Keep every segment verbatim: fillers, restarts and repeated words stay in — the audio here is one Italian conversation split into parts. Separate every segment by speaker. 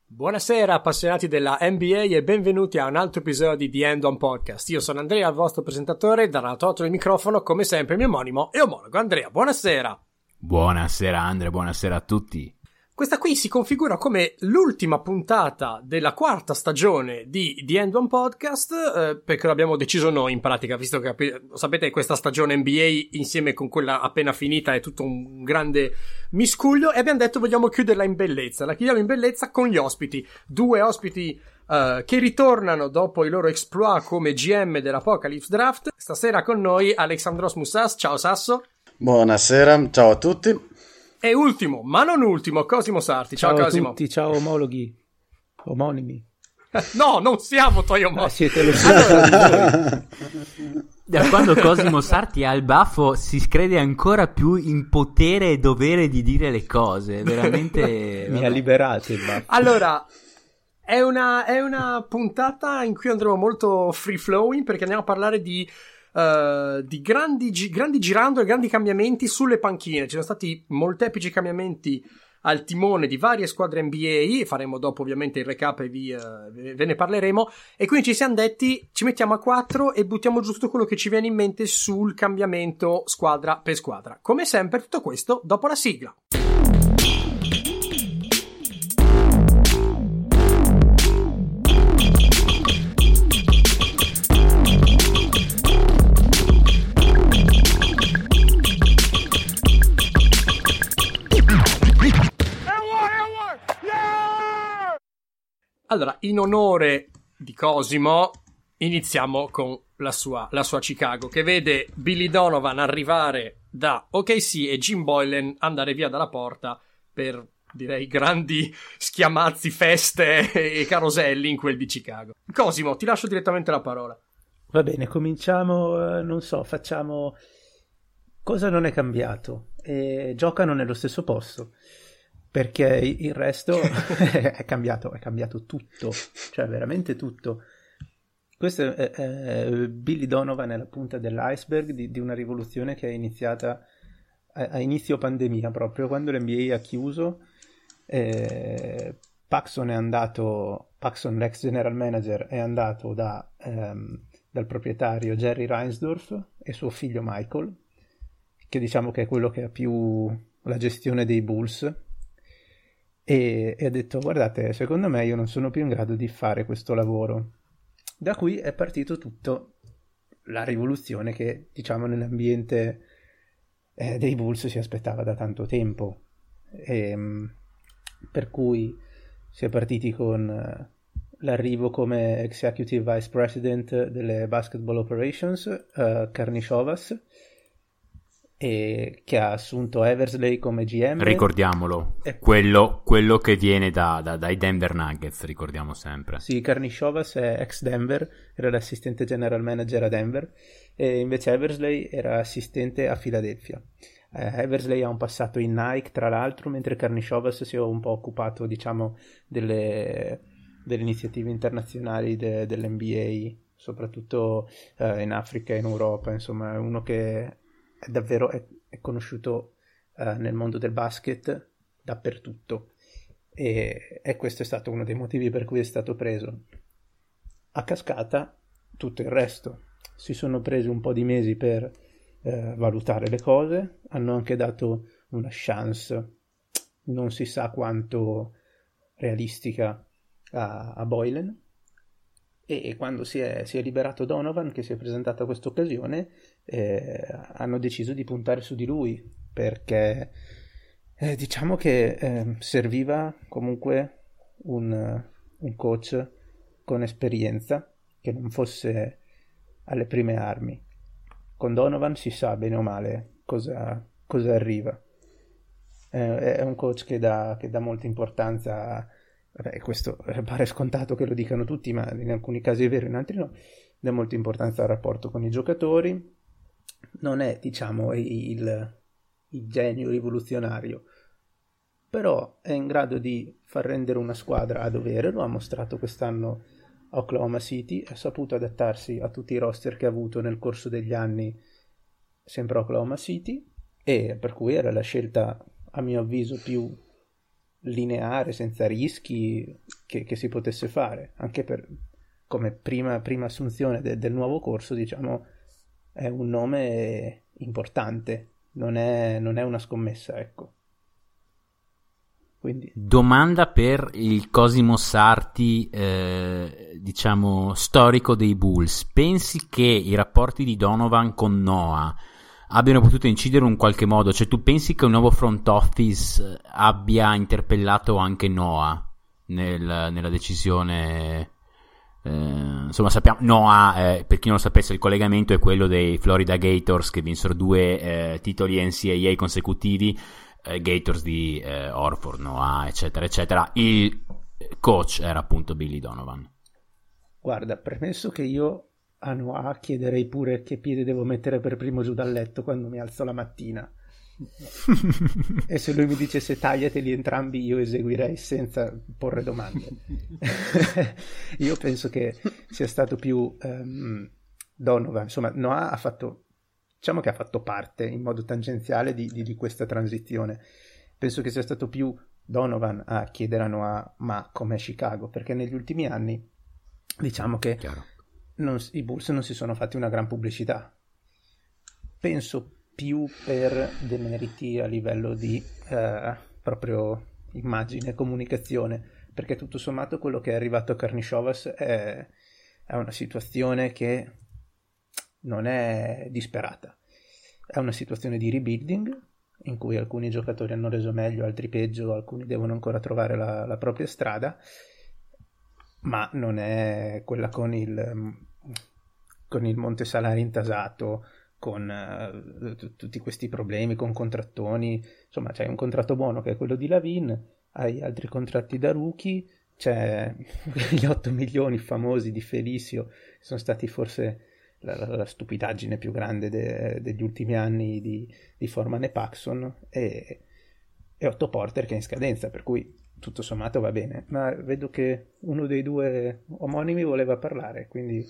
Speaker 1: Buonasera appassionati della N B A e benvenuti a un altro episodio di The End On Podcast. Io sono Andrea, il vostro presentatore, dall'altro lato del microfono, come sempre, il mio omonimo e omologo Andrea. Buonasera.
Speaker 2: Buonasera Andrea, buonasera a tutti.
Speaker 1: Questa qui si configura come l'ultima puntata della quarta stagione di The End On Podcast, eh, perché l'abbiamo deciso noi in pratica, visto che sapete questa stagione N B A insieme con quella appena finita è tutto un grande miscuglio e abbiamo detto vogliamo chiuderla in bellezza. La chiudiamo in bellezza con gli ospiti, due ospiti uh, che ritornano dopo i loro exploit come G M dell'Apocalypse Draft. Stasera con noi Alexandros Moussas. Ciao Sasso.
Speaker 3: Buonasera, ciao a tutti.
Speaker 1: E ultimo, ma non ultimo, Cosimo Sarti. Ciao,
Speaker 4: ciao
Speaker 1: Cosimo.
Speaker 4: Ciao a tutti, ciao omologhi, omonimi.
Speaker 1: No, non siamo tuoi omonimi.
Speaker 4: Ah, siete lo allora...
Speaker 2: Da quando Cosimo Sarti ha il baffo si crede ancora più in potere e dovere di dire le cose, veramente...
Speaker 4: Mi ha liberato il baffo.
Speaker 1: Allora, è una, è una puntata in cui andremo molto free flowing perché andiamo a parlare di... Uh, di grandi, gi- grandi girando e grandi cambiamenti sulle panchine. Ci sono stati molteplici cambiamenti al timone di varie squadre N B A. Faremo dopo ovviamente il recap e vi, uh, ve ne parleremo. E quindi ci siamo detti ci mettiamo a quattro e buttiamo giù tutto quello che ci viene in mente sul cambiamento squadra per squadra. Come sempre tutto questo dopo la sigla. Allora, in onore di Cosimo, iniziamo con la sua, la sua Chicago, che vede Billy Donovan arrivare da O K C e Jim Boylen andare via dalla porta per, direi, grandi schiamazzi, feste e caroselli in quel di Chicago. Cosimo, ti lascio direttamente la parola.
Speaker 4: Va bene, cominciamo, non so, facciamo... Cosa non è cambiato? E giocano nello stesso posto. Perché il resto è cambiato, è cambiato tutto, cioè veramente tutto. Questo è, è Billy Donovan è la punta dell'iceberg di, di una rivoluzione che è iniziata a, a inizio pandemia, proprio quando l'N B A ha chiuso. Eh, Paxson è andato, Paxson l'ex general manager è andato da, ehm, dal proprietario Jerry Reinsdorf e suo figlio Michael, che diciamo che è quello che ha più la gestione dei Bulls. E, e ha detto guardate, secondo me io non sono più in grado di fare questo lavoro. Da qui è partito tutto la rivoluzione che diciamo nell'ambiente eh, dei Bulls si aspettava da tanto tempo, e, per cui si è partiti con eh, l'arrivo come executive vice president delle basketball operations uh, Karnisovas, e che ha assunto Eversley come G M.
Speaker 2: Ricordiamolo, e... quello, quello che viene da, da, dai Denver Nuggets, ricordiamo sempre.
Speaker 4: Sì, Karnisovas è ex Denver, era l'assistente general manager a Denver, e invece Eversley era assistente a Philadelphia. Eh, Eversley ha un passato in Nike, tra l'altro, mentre Karnisovas si è un po' occupato, diciamo, delle, delle iniziative internazionali de, dell'N B A, soprattutto eh, in Africa e in Europa. Insomma, è uno che è davvero è, è conosciuto uh, nel mondo del basket dappertutto, e, e questo è stato uno dei motivi per cui è stato preso. A cascata tutto il resto, si sono presi un po' di mesi per uh, valutare le cose, hanno anche dato una chance non si sa quanto realistica a, a Boylen, e quando si è, si è liberato Donovan, che si è presentato a questa occasione, eh, hanno deciso di puntare su di lui, perché eh, diciamo che eh, serviva comunque un, un coach con esperienza, che non fosse alle prime armi. Con Donovan si sa bene o male cosa, cosa arriva. Eh, è un coach che dà, che dà molta importanza a... Vabbè, questo pare scontato che lo dicano tutti, ma in alcuni casi è vero, in altri no. Dà molta importanza al rapporto con i giocatori. Non è, diciamo, il, il genio rivoluzionario, però è in grado di far rendere una squadra a dovere. Lo ha mostrato quest'anno a Oklahoma City, ha saputo adattarsi a tutti i roster che ha avuto nel corso degli anni sempre a Oklahoma City, e per cui era la scelta, a mio avviso, più lineare, senza rischi, che, che si potesse fare, anche per come prima, prima assunzione de, del nuovo corso, diciamo, è un nome importante, non è, non è una scommessa, ecco. Quindi.
Speaker 2: Domanda per il Cosimo Sarti, eh, diciamo, storico dei Bulls. Pensi che i rapporti di Donovan con Noah abbiano potuto incidere in qualche modo? Cioè, tu pensi che un nuovo front office abbia interpellato anche Noah nel, nella decisione? Eh, insomma, sappiamo, Noah, eh, per chi non lo sapesse, il collegamento è quello dei Florida Gators, che vinsero due eh, titoli N C A A consecutivi, eh, Gators di eh, Horford, Noah, eccetera, eccetera. Il coach era appunto Billy Donovan.
Speaker 4: Guarda, premesso che io a Noah chiederei pure che piede devo mettere per primo giù dal letto quando mi alzo la mattina. E se lui mi dicesse tagliateli entrambi, io eseguirei senza porre domande. Io penso che sia stato più um, Donovan, insomma Noah ha fatto, diciamo che ha fatto parte in modo tangenziale di, di, di questa transizione. Penso che sia stato più Donovan a chiedere a Noah ma com'è Chicago, perché negli ultimi anni diciamo che non, i Bulls non si sono fatti una gran pubblicità, penso più per demeriti a livello di eh, proprio immagine e comunicazione, perché tutto sommato quello che è arrivato a Karnišovas è, è una situazione che non è disperata, è una situazione di rebuilding in cui alcuni giocatori hanno reso meglio, altri peggio, alcuni devono ancora trovare la, la propria strada, ma non è quella con il, con il monte salari intasato, con uh, t- tutti questi problemi, con contrattoni, insomma c'hai un contratto buono che è quello di Lavin, hai altri contratti da rookie, c'è gli otto milioni famosi di Felicio, che sono stati forse la, la, la stupidaggine più grande de- degli ultimi anni di, di Foreman e Paxson, e, e Otto Porter che è in scadenza, per cui tutto sommato va bene, ma vedo che uno dei due omonimi voleva parlare, quindi...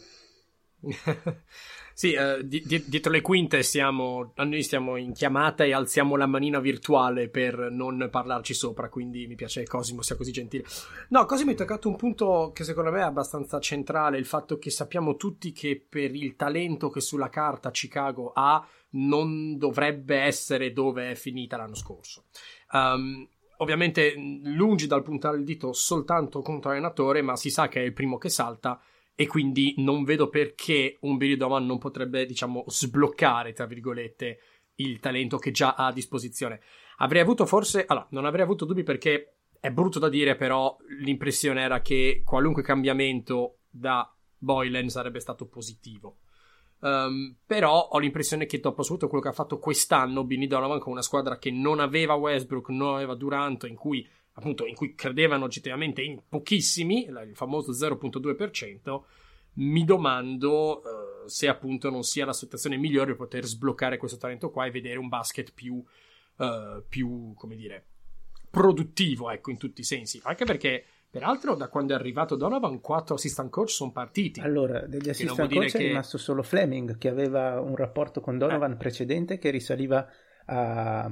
Speaker 1: Sì, eh, di- di- dietro le quinte siamo, noi stiamo in chiamata e alziamo la manina virtuale per non parlarci sopra, quindi mi piace che Cosimo sia così gentile. No, Cosimo hai toccato un punto che secondo me è abbastanza centrale, il fatto che sappiamo tutti che per il talento che sulla carta Chicago ha non dovrebbe essere dove è finita l'anno scorso. Um, ovviamente lungi dal puntare il dito soltanto contro l'allenatore, ma si sa che è il primo che salta, e quindi non vedo perché un Billy Donovan non potrebbe, diciamo, sbloccare, tra virgolette, il talento che già ha a disposizione. Avrei avuto forse... Allora, non avrei avuto dubbi perché è brutto da dire, però l'impressione era che qualunque cambiamento da Boylen sarebbe stato positivo. Um, però ho l'impressione che dopo soprattutto quello che ha fatto quest'anno Billy Donovan con una squadra che non aveva Westbrook, non aveva Durant, in cui... appunto in cui credevano oggettivamente in pochissimi, il famoso zero virgola due per cento, mi domando uh, se appunto non sia la situazione migliore per poter sbloccare questo talento qua e vedere un basket più, uh, più, come dire, produttivo, ecco, in tutti i sensi. Anche perché, peraltro, da quando è arrivato Donovan, quattro assistant coach sono partiti.
Speaker 4: Allora, degli assistant coach è che... rimasto solo Fleming, che aveva un rapporto con Donovan eh. precedente che risaliva a...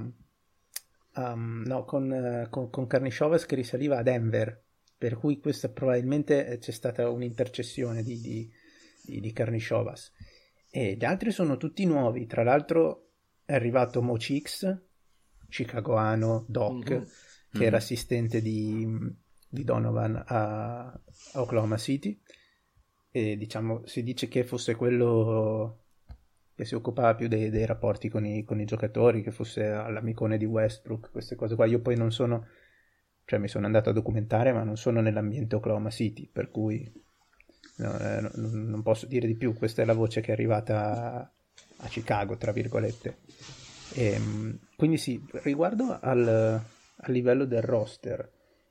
Speaker 4: Um, no, con, uh, con, con Karnišovas che risaliva a Denver, per cui questa probabilmente c'è stata un'intercessione di, di, di, di Karnišovas, e gli altri sono tutti nuovi. Tra l'altro è arrivato Mo Cheeks, chicagoano, Doc, mm-hmm. che mm-hmm. era assistente di, di Donovan a, a Oklahoma City, e diciamo si dice che fosse quello che si occupava più dei, dei rapporti con i, con i giocatori, che fosse all'amicone di Westbrook, queste cose qua. Io poi non sono, cioè mi sono andato a documentare, ma non sono nell'ambiente Oklahoma City, per cui no, eh, non, non posso dire di più. Questa è la voce che è arrivata a, a Chicago, tra virgolette. E, quindi sì, riguardo al, al livello del roster,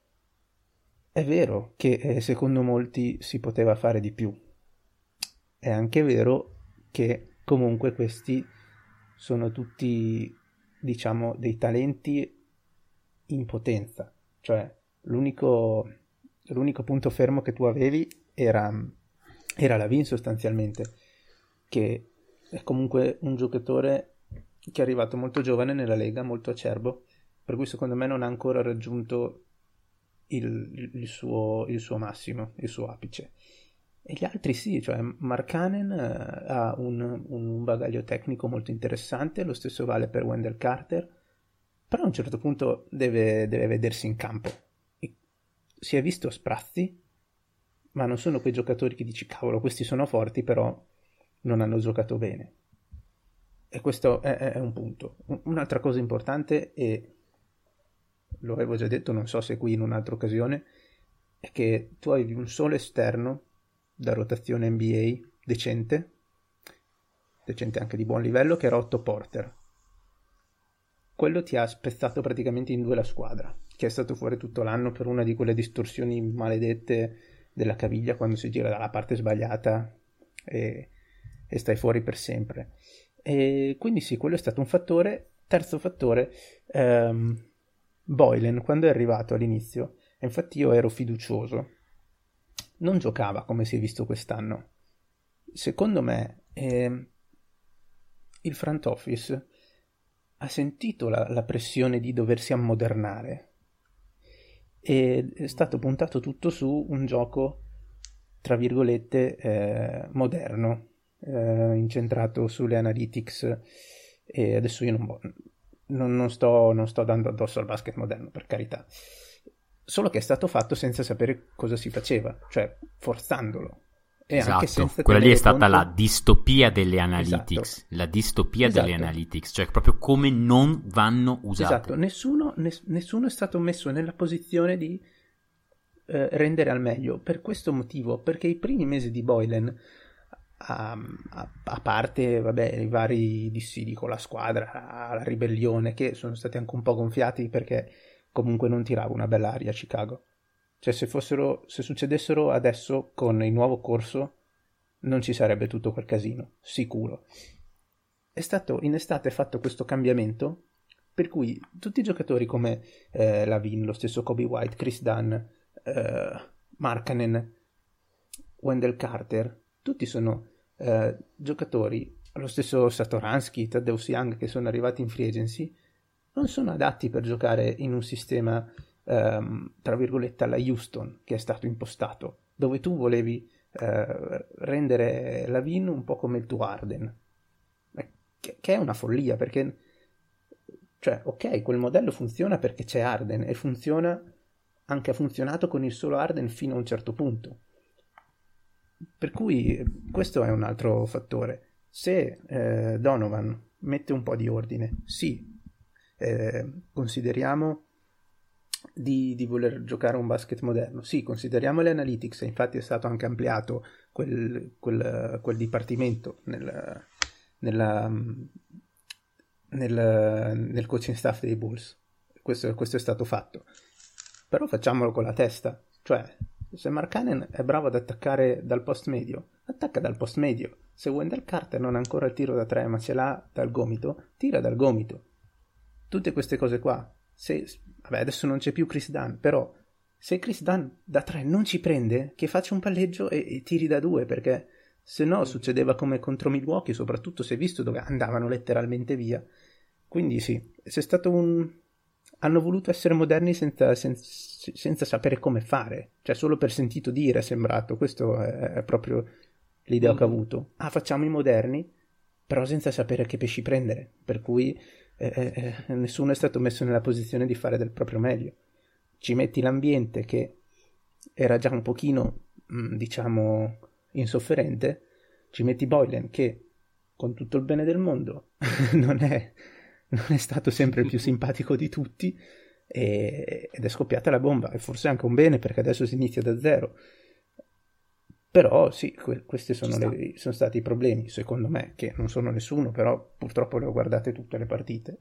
Speaker 4: è vero che eh, secondo molti si poteva fare di più, è anche vero che comunque questi sono tutti, diciamo, dei talenti in potenza, cioè l'unico, l'unico punto fermo che tu avevi era, era Lavin sostanzialmente, che è comunque un giocatore che è arrivato molto giovane nella Lega, molto acerbo, per cui secondo me non ha ancora raggiunto il, il, suo, il suo massimo, il suo apice. E gli altri sì, cioè Markkanen uh, ha un, un bagaglio tecnico molto interessante, lo stesso vale per Wendell Carter, però a un certo punto deve, deve vedersi in campo. E si è visto a sprazzi, ma non sono quei giocatori che dici cavolo, questi sono forti, però non hanno giocato bene. E questo è, è un punto. Un'altra cosa importante, e lo avevo già detto, non so se qui in un'altra occasione, è che tu avevi un solo esterno da rotazione N B A decente, decente anche di buon livello, che era Otto Porter. Quello ti ha spezzato praticamente in due la squadra, che è stato fuori tutto l'anno per una di quelle distorsioni maledette della caviglia quando si gira dalla parte sbagliata e, e stai fuori per sempre. E quindi sì, quello è stato un fattore. Terzo fattore, ehm, Boylen quando è arrivato all'inizio, e infatti io ero fiducioso, non giocava come si è visto quest'anno. Secondo me eh, il front office ha sentito la, la pressione di doversi ammodernare e è stato puntato tutto su un gioco tra virgolette eh, moderno, eh, incentrato sulle analytics. E adesso io non, non, non, sto, non sto dando addosso al basket moderno, per carità, solo che è stato fatto senza sapere cosa si faceva, cioè forzandolo. E
Speaker 2: esatto,
Speaker 4: anche senza
Speaker 2: quella lì è stata
Speaker 4: conto...
Speaker 2: la distopia delle analytics, esatto. La distopia esatto. delle analytics, cioè proprio come non vanno usate.
Speaker 4: Esatto, nessuno, ness- nessuno è stato messo nella posizione di eh, rendere al meglio, per questo motivo, perché i primi mesi di Boylen, a, a, a parte vabbè, i vari dissidi con la squadra, la ribellione, che sono stati anche un po' gonfiati perché comunque non tirava una bella aria a Chicago. Cioè se fossero, se succedessero adesso con il nuovo corso non ci sarebbe tutto quel casino, sicuro. È stato in estate fatto questo cambiamento per cui tutti i giocatori come eh, Lavin, lo stesso Kobe White, Chris Dunn, eh, Markkanen, Wendell Carter, tutti sono eh, giocatori, lo stesso Satoransky, Tadeusz Young, che sono arrivati in free agency, non sono adatti per giocare in un sistema Um, tra virgolette alla Houston che è stato impostato, dove tu volevi uh, rendere Lavin un po' come il tuo Harden, che, che è una follia, perché cioè ok, quel modello funziona perché c'è Harden e funziona, anche ha funzionato con il solo Harden fino a un certo punto, per cui questo è un altro fattore. Se eh, Donovan mette un po' di ordine, sì, eh, consideriamo Di, di voler giocare un basket moderno, sì, consideriamo le analytics, infatti è stato anche ampliato quel, quel, quel dipartimento nel, nella, nel, nel coaching staff dei Bulls, questo, questo è stato fatto, però facciamolo con la testa, cioè se Markkanen è bravo ad attaccare dal post medio, attacca dal post medio. Se Wendell Carter non ha ancora il tiro da tre ma ce l'ha dal gomito, tira dal gomito. Tutte queste cose qua. Se, vabbè, adesso non c'è più Chris Dunn, però se Chris Dunn da tre non ci prende, che faccia un palleggio e, e tiri da due, perché se no succedeva come contro Milwaukee, soprattutto se visto dove andavano letteralmente via. Quindi sì, c'è stato un... hanno voluto essere moderni senza, senza, senza sapere come fare, cioè solo per sentito dire è sembrato, questo è, è proprio l'idea mm. che ho avuto. Ah, facciamo i moderni, però senza sapere che pesci prendere, per cui eh, eh, nessuno è stato messo nella posizione di fare del proprio meglio. Ci metti l'ambiente che era già un pochino mh, diciamo insofferente, ci metti Boylen che con tutto il bene del mondo non è, non è stato sempre il più simpatico di tutti, e, ed è scoppiata la bomba, e forse anche un bene perché adesso si inizia da zero. Però sì, que- questi sono, le, sono stati i problemi, secondo me, che non sono nessuno, però purtroppo le ho guardate tutte le partite.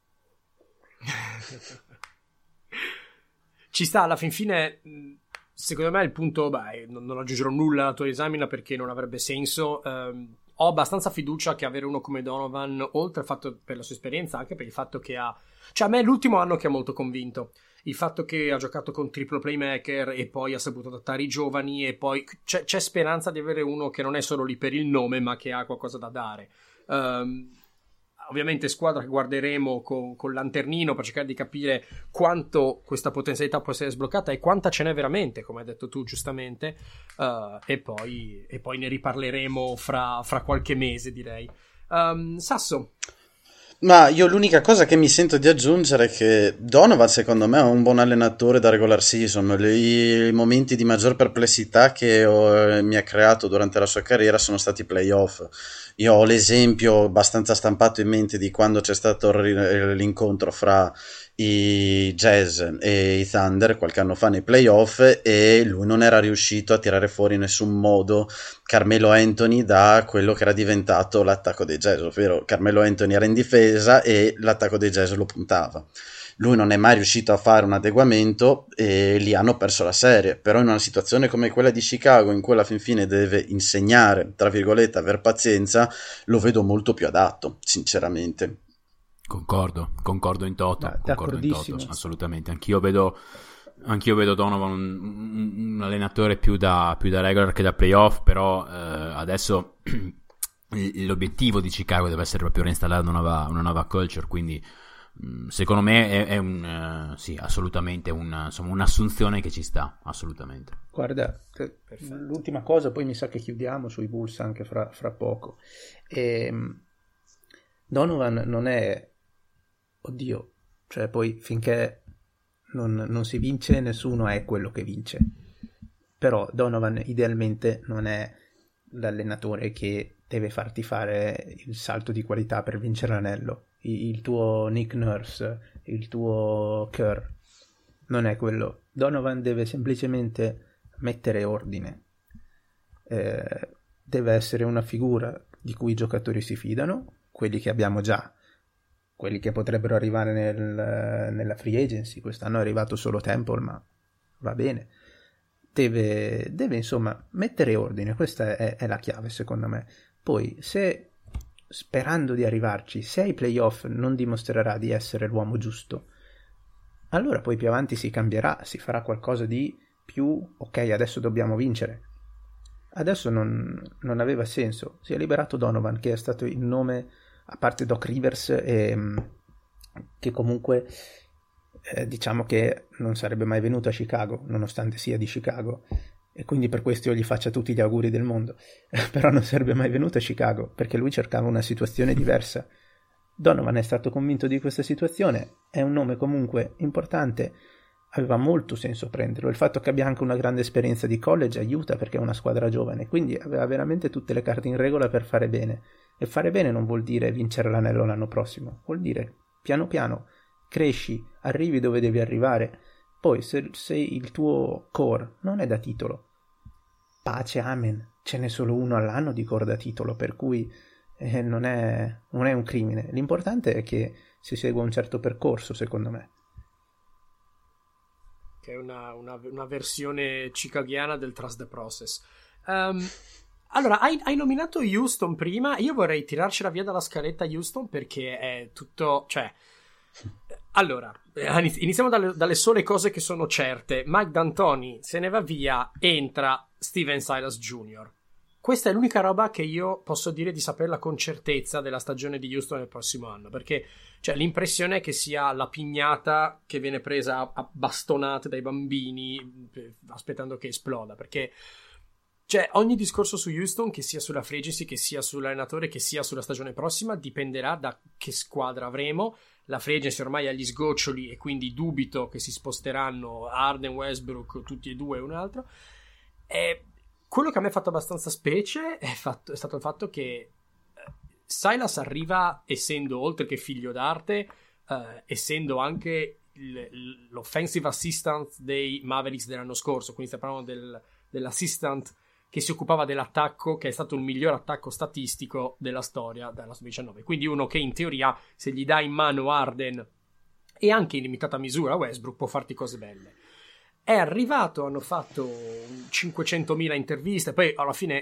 Speaker 1: Ci sta, alla fin fine, secondo me il punto, beh, non, non aggiungerò nulla alla tua esamina perché non avrebbe senso. Um, ho abbastanza fiducia che avere uno come Donovan, oltre al fatto per la sua esperienza, anche per il fatto che ha... Cioè a me è l'ultimo anno che ha molto convinto. Il fatto che ha giocato con triple playmaker e poi ha saputo adattare i giovani, e poi c'è, c'è speranza di avere uno che non è solo lì per il nome ma che ha qualcosa da dare. Um, ovviamente squadra che guarderemo con, con lanternino per cercare di capire quanto questa potenzialità può essere sbloccata e quanta ce n'è veramente, come hai detto tu giustamente, uh, e, poi, e poi ne riparleremo fra, fra qualche mese, direi. Um, Sasso?
Speaker 3: Ma io l'unica cosa che mi sento di aggiungere è che Donovan secondo me è un buon allenatore da regular season. I momenti di maggior perplessità che ho, mi ha creato durante la sua carriera sono stati i playoff. Io ho l'esempio abbastanza stampato in mente di quando c'è stato l'incontro fra i Jazz e i Thunder qualche anno fa nei playoff e lui non era riuscito a tirare fuori in nessun modo Carmelo Anthony da quello che era diventato l'attacco dei Jazz, ovvero Carmelo Anthony era in difesa e l'attacco dei Jazz lo puntava. Lui non è mai riuscito a fare un adeguamento e lì hanno perso la serie. Però in una situazione come quella di Chicago, in cui alla fin fine deve insegnare, tra virgolette, aver pazienza, lo vedo molto più adatto, sinceramente.
Speaker 2: Concordo, concordo in toto,
Speaker 4: ah,
Speaker 2: concordo in toto, assolutamente. Anch'io vedo, anch'io vedo Donovan un, un allenatore più da, più da regular che da playoff, però eh, adesso l'obiettivo di Chicago deve essere proprio reinstallare una nuova, una nuova culture, quindi secondo me è, è un uh, sì, assolutamente un, insomma, un'assunzione che ci sta, assolutamente.
Speaker 4: Guarda, l'ultima cosa, poi mi sa che chiudiamo sui Bulls anche fra, fra poco. E, Donovan non è, oddio, cioè poi finché non, non si vince nessuno è quello che vince, però Donovan idealmente non è l'allenatore che deve farti fare il salto di qualità per vincere l'anello. Il tuo Nick Nurse, il tuo Kerr, non è quello. Donovan deve semplicemente mettere ordine, eh, deve essere una figura di cui i giocatori si fidano, quelli che abbiamo già, quelli che potrebbero arrivare nel, nella free agency. Quest'anno è arrivato solo Temple, ma va bene. Deve, deve insomma mettere ordine, questa è, è la chiave secondo me. Poi se, sperando di arrivarci, se ai playoff non dimostrerà di essere l'uomo giusto, allora poi più avanti si cambierà, si farà qualcosa di più, ok, adesso dobbiamo vincere. Adesso non, non aveva senso. Si è liberato Donovan, che è stato il nome, a parte Doc Rivers, e, che comunque eh, diciamo che non sarebbe mai venuto a Chicago, nonostante sia di Chicago, e quindi per questo io gli faccio tutti gli auguri del mondo. Però non sarebbe mai venuto a Chicago, perché lui cercava una situazione diversa. Donovan è stato convinto di questa situazione, è un nome comunque importante, aveva molto senso prenderlo. Il fatto che abbia anche una grande esperienza di college aiuta, perché è una squadra giovane, quindi aveva veramente tutte le carte in regola per fare bene. E fare bene non vuol dire vincere l'anello l'anno prossimo, vuol dire piano piano cresci, arrivi dove devi arrivare. Poi se, se il tuo core non è da titolo, pace, amen, ce n'è solo uno all'anno di core da titolo, per cui eh, non, è, non è un crimine. L'importante è che si segua un certo percorso, secondo me.
Speaker 1: Che è una, una, una versione chicaghiana del trust the process. Um, allora, hai, hai nominato Houston prima. Io vorrei tirarcela via dalla scaletta Houston, perché è tutto, cioè, allora, iniziamo dalle, dalle sole cose che sono certe. Mike D'Antoni se ne va via, entra Steven Silas Junior Questa è l'unica roba che io posso dire di saperla con certezza della stagione di Houston nel prossimo anno, perché cioè, l'impressione è che sia la pignata che viene presa a, a bastonate dai bambini aspettando che esploda, perché cioè, ogni discorso su Houston, che sia sulla free agency, che sia sull'allenatore, che sia sulla stagione prossima, dipenderà da che squadra avremo. La free agency ormai ha gli sgoccioli e quindi dubito che si sposteranno Harden, Westbrook, tutti e due un altro. E quello che a me ha fatto abbastanza specie è, fatto, è stato il fatto che Silas arriva essendo, oltre che figlio d'arte, eh, essendo anche il, l'offensive assistant dei Mavericks dell'anno scorso, quindi stiamo parlando del, dell'assistant che si occupava dell'attacco, che è stato il miglior attacco statistico della storia dalla diciannove. Quindi uno che in teoria, se gli dai in mano Harden e anche in limitata misura Westbrook, può farti cose belle. È arrivato, hanno fatto cinquecentomila interviste, poi alla fine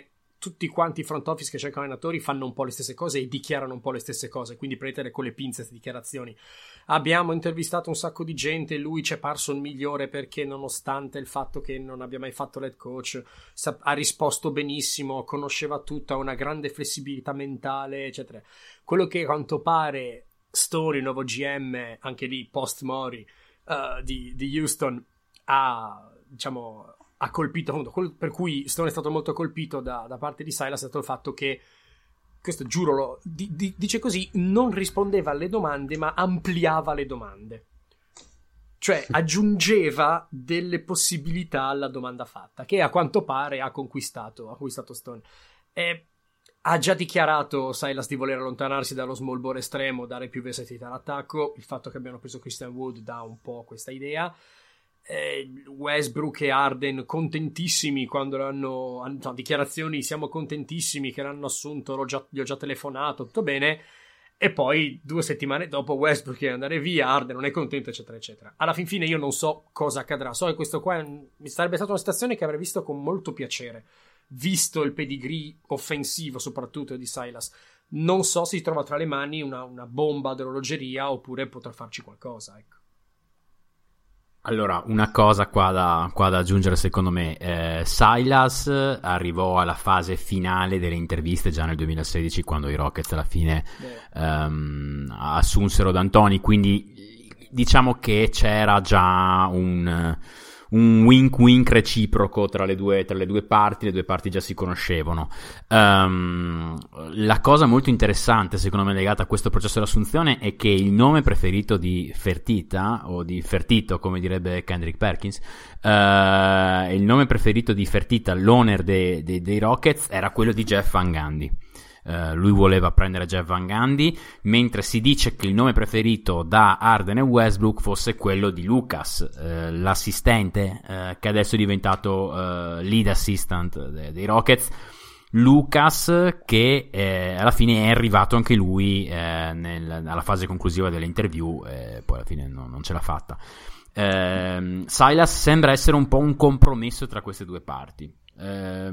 Speaker 1: tutti quanti i front office che cercano allenatori fanno un po' le stesse cose e dichiarano un po' le stesse cose, quindi prendetele con le pinze queste dichiarazioni. Abbiamo intervistato un sacco di gente, lui ci è parso il migliore perché nonostante il fatto che non abbia mai fatto l'head coach ha risposto benissimo, conosceva tutto, ha una grande flessibilità mentale, eccetera. Quello che a quanto pare Stone, il nuovo G M, anche lì post Mori, uh, di, di Houston, ha, diciamo, ha colpito, appunto, quello per cui Stone è stato molto colpito da, da parte di Silas è stato il fatto che, questo giuro, lo, di, di, dice così, non rispondeva alle domande ma ampliava le domande, cioè aggiungeva delle possibilità alla domanda fatta, che a quanto pare ha conquistato, ha conquistato Stone. E ha già dichiarato Silas di voler allontanarsi dallo small ball estremo, dare più versatilità all'attacco. Il fatto che abbiano preso Christian Wood dà un po' questa idea. Eh, Westbrook e Harden contentissimi quando l'hanno, no, dichiarazioni, siamo contentissimi che l'hanno assunto, l'ho già, gli ho già telefonato, tutto bene, e poi due settimane dopo Westbrook deve andare via, Harden non è contento, eccetera eccetera. Alla fin fine io non so cosa accadrà, so che questo qua mi sarebbe stata una situazione che avrei visto con molto piacere, visto il pedigree offensivo soprattutto di Silas. Non so se si trova tra le mani una, una bomba d'orologeria oppure potrà farci qualcosa, ecco.
Speaker 2: Allora, una cosa qua da, qua da aggiungere secondo me, eh, Silas arrivò alla fase finale delle interviste già nel duemilasedici, quando i Rockets alla fine um, assunsero D'Antoni, quindi diciamo che c'era già un, un wink wink reciproco tra le due, tra le due parti, le due parti già si conoscevano. Um, la cosa molto interessante secondo me legata a questo processo di assunzione è che il nome preferito di Fertitta, o di Fertito come direbbe Kendrick Perkins, uh, il nome preferito di Fertitta, l'owner de, de, dei Rockets, era quello di Jeff Van Gundy. Uh, lui voleva prendere Jeff Van Gundy, mentre si dice che il nome preferito da Harden e Westbrook fosse quello di Lucas, uh, l'assistente uh, che adesso è diventato uh, lead assistant de- dei Rockets. Lucas, che eh, alla fine è arrivato anche lui eh, nel, alla fase conclusiva delle interview, e poi alla fine no, non ce l'ha fatta. Eh, Silas sembra essere un po' un compromesso tra queste due parti. Eh,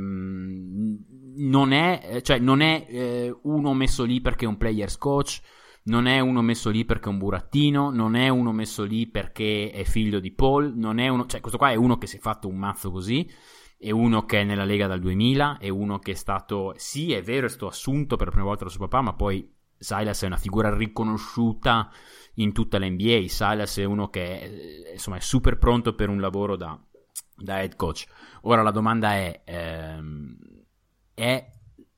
Speaker 2: non è, cioè, non è eh, uno messo lì perché è un players coach, non è uno messo lì perché è un burattino, non è uno messo lì perché è figlio di Paul, non è uno, cioè questo qua è uno che si è fatto un mazzo così. È uno che è nella Lega dal duemila, è uno che è stato, sì è vero, è stato assunto per la prima volta da suo papà, ma poi Silas è una figura riconosciuta in tutta l'N B A. Silas è uno che è, insomma, è super pronto per un lavoro da, da head coach. Ora la domanda è, ehm, è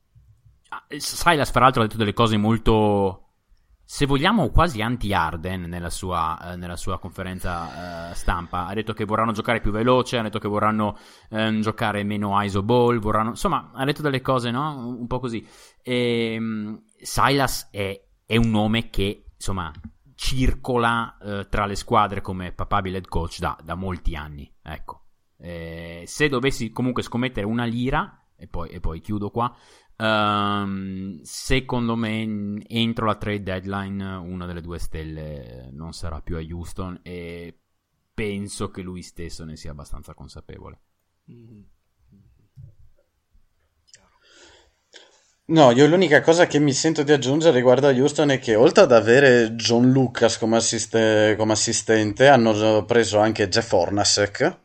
Speaker 2: Silas fra l'altro ha detto delle cose molto, se vogliamo, quasi anti-Harden nella sua, eh, nella sua conferenza eh, stampa. Ha detto che vorranno giocare più veloce, ha detto che vorranno eh, giocare meno I S O ball, vorranno, insomma, ha detto delle cose, no? Un po' così. E, um, Silas è, è un nome che, insomma, circola eh, tra le squadre come papabile head coach da, da molti anni, ecco. Eh, se dovessi comunque scommettere una lira, e poi, e poi chiudo qua, Um, secondo me entro la trade deadline una delle due stelle non sarà più a Houston, e penso che lui stesso ne sia abbastanza consapevole.
Speaker 3: No, io l'unica cosa che mi sento di aggiungere riguardo a Houston è che oltre ad avere John Lucas come, assiste- come assistente, hanno preso anche Jeff Hornacek.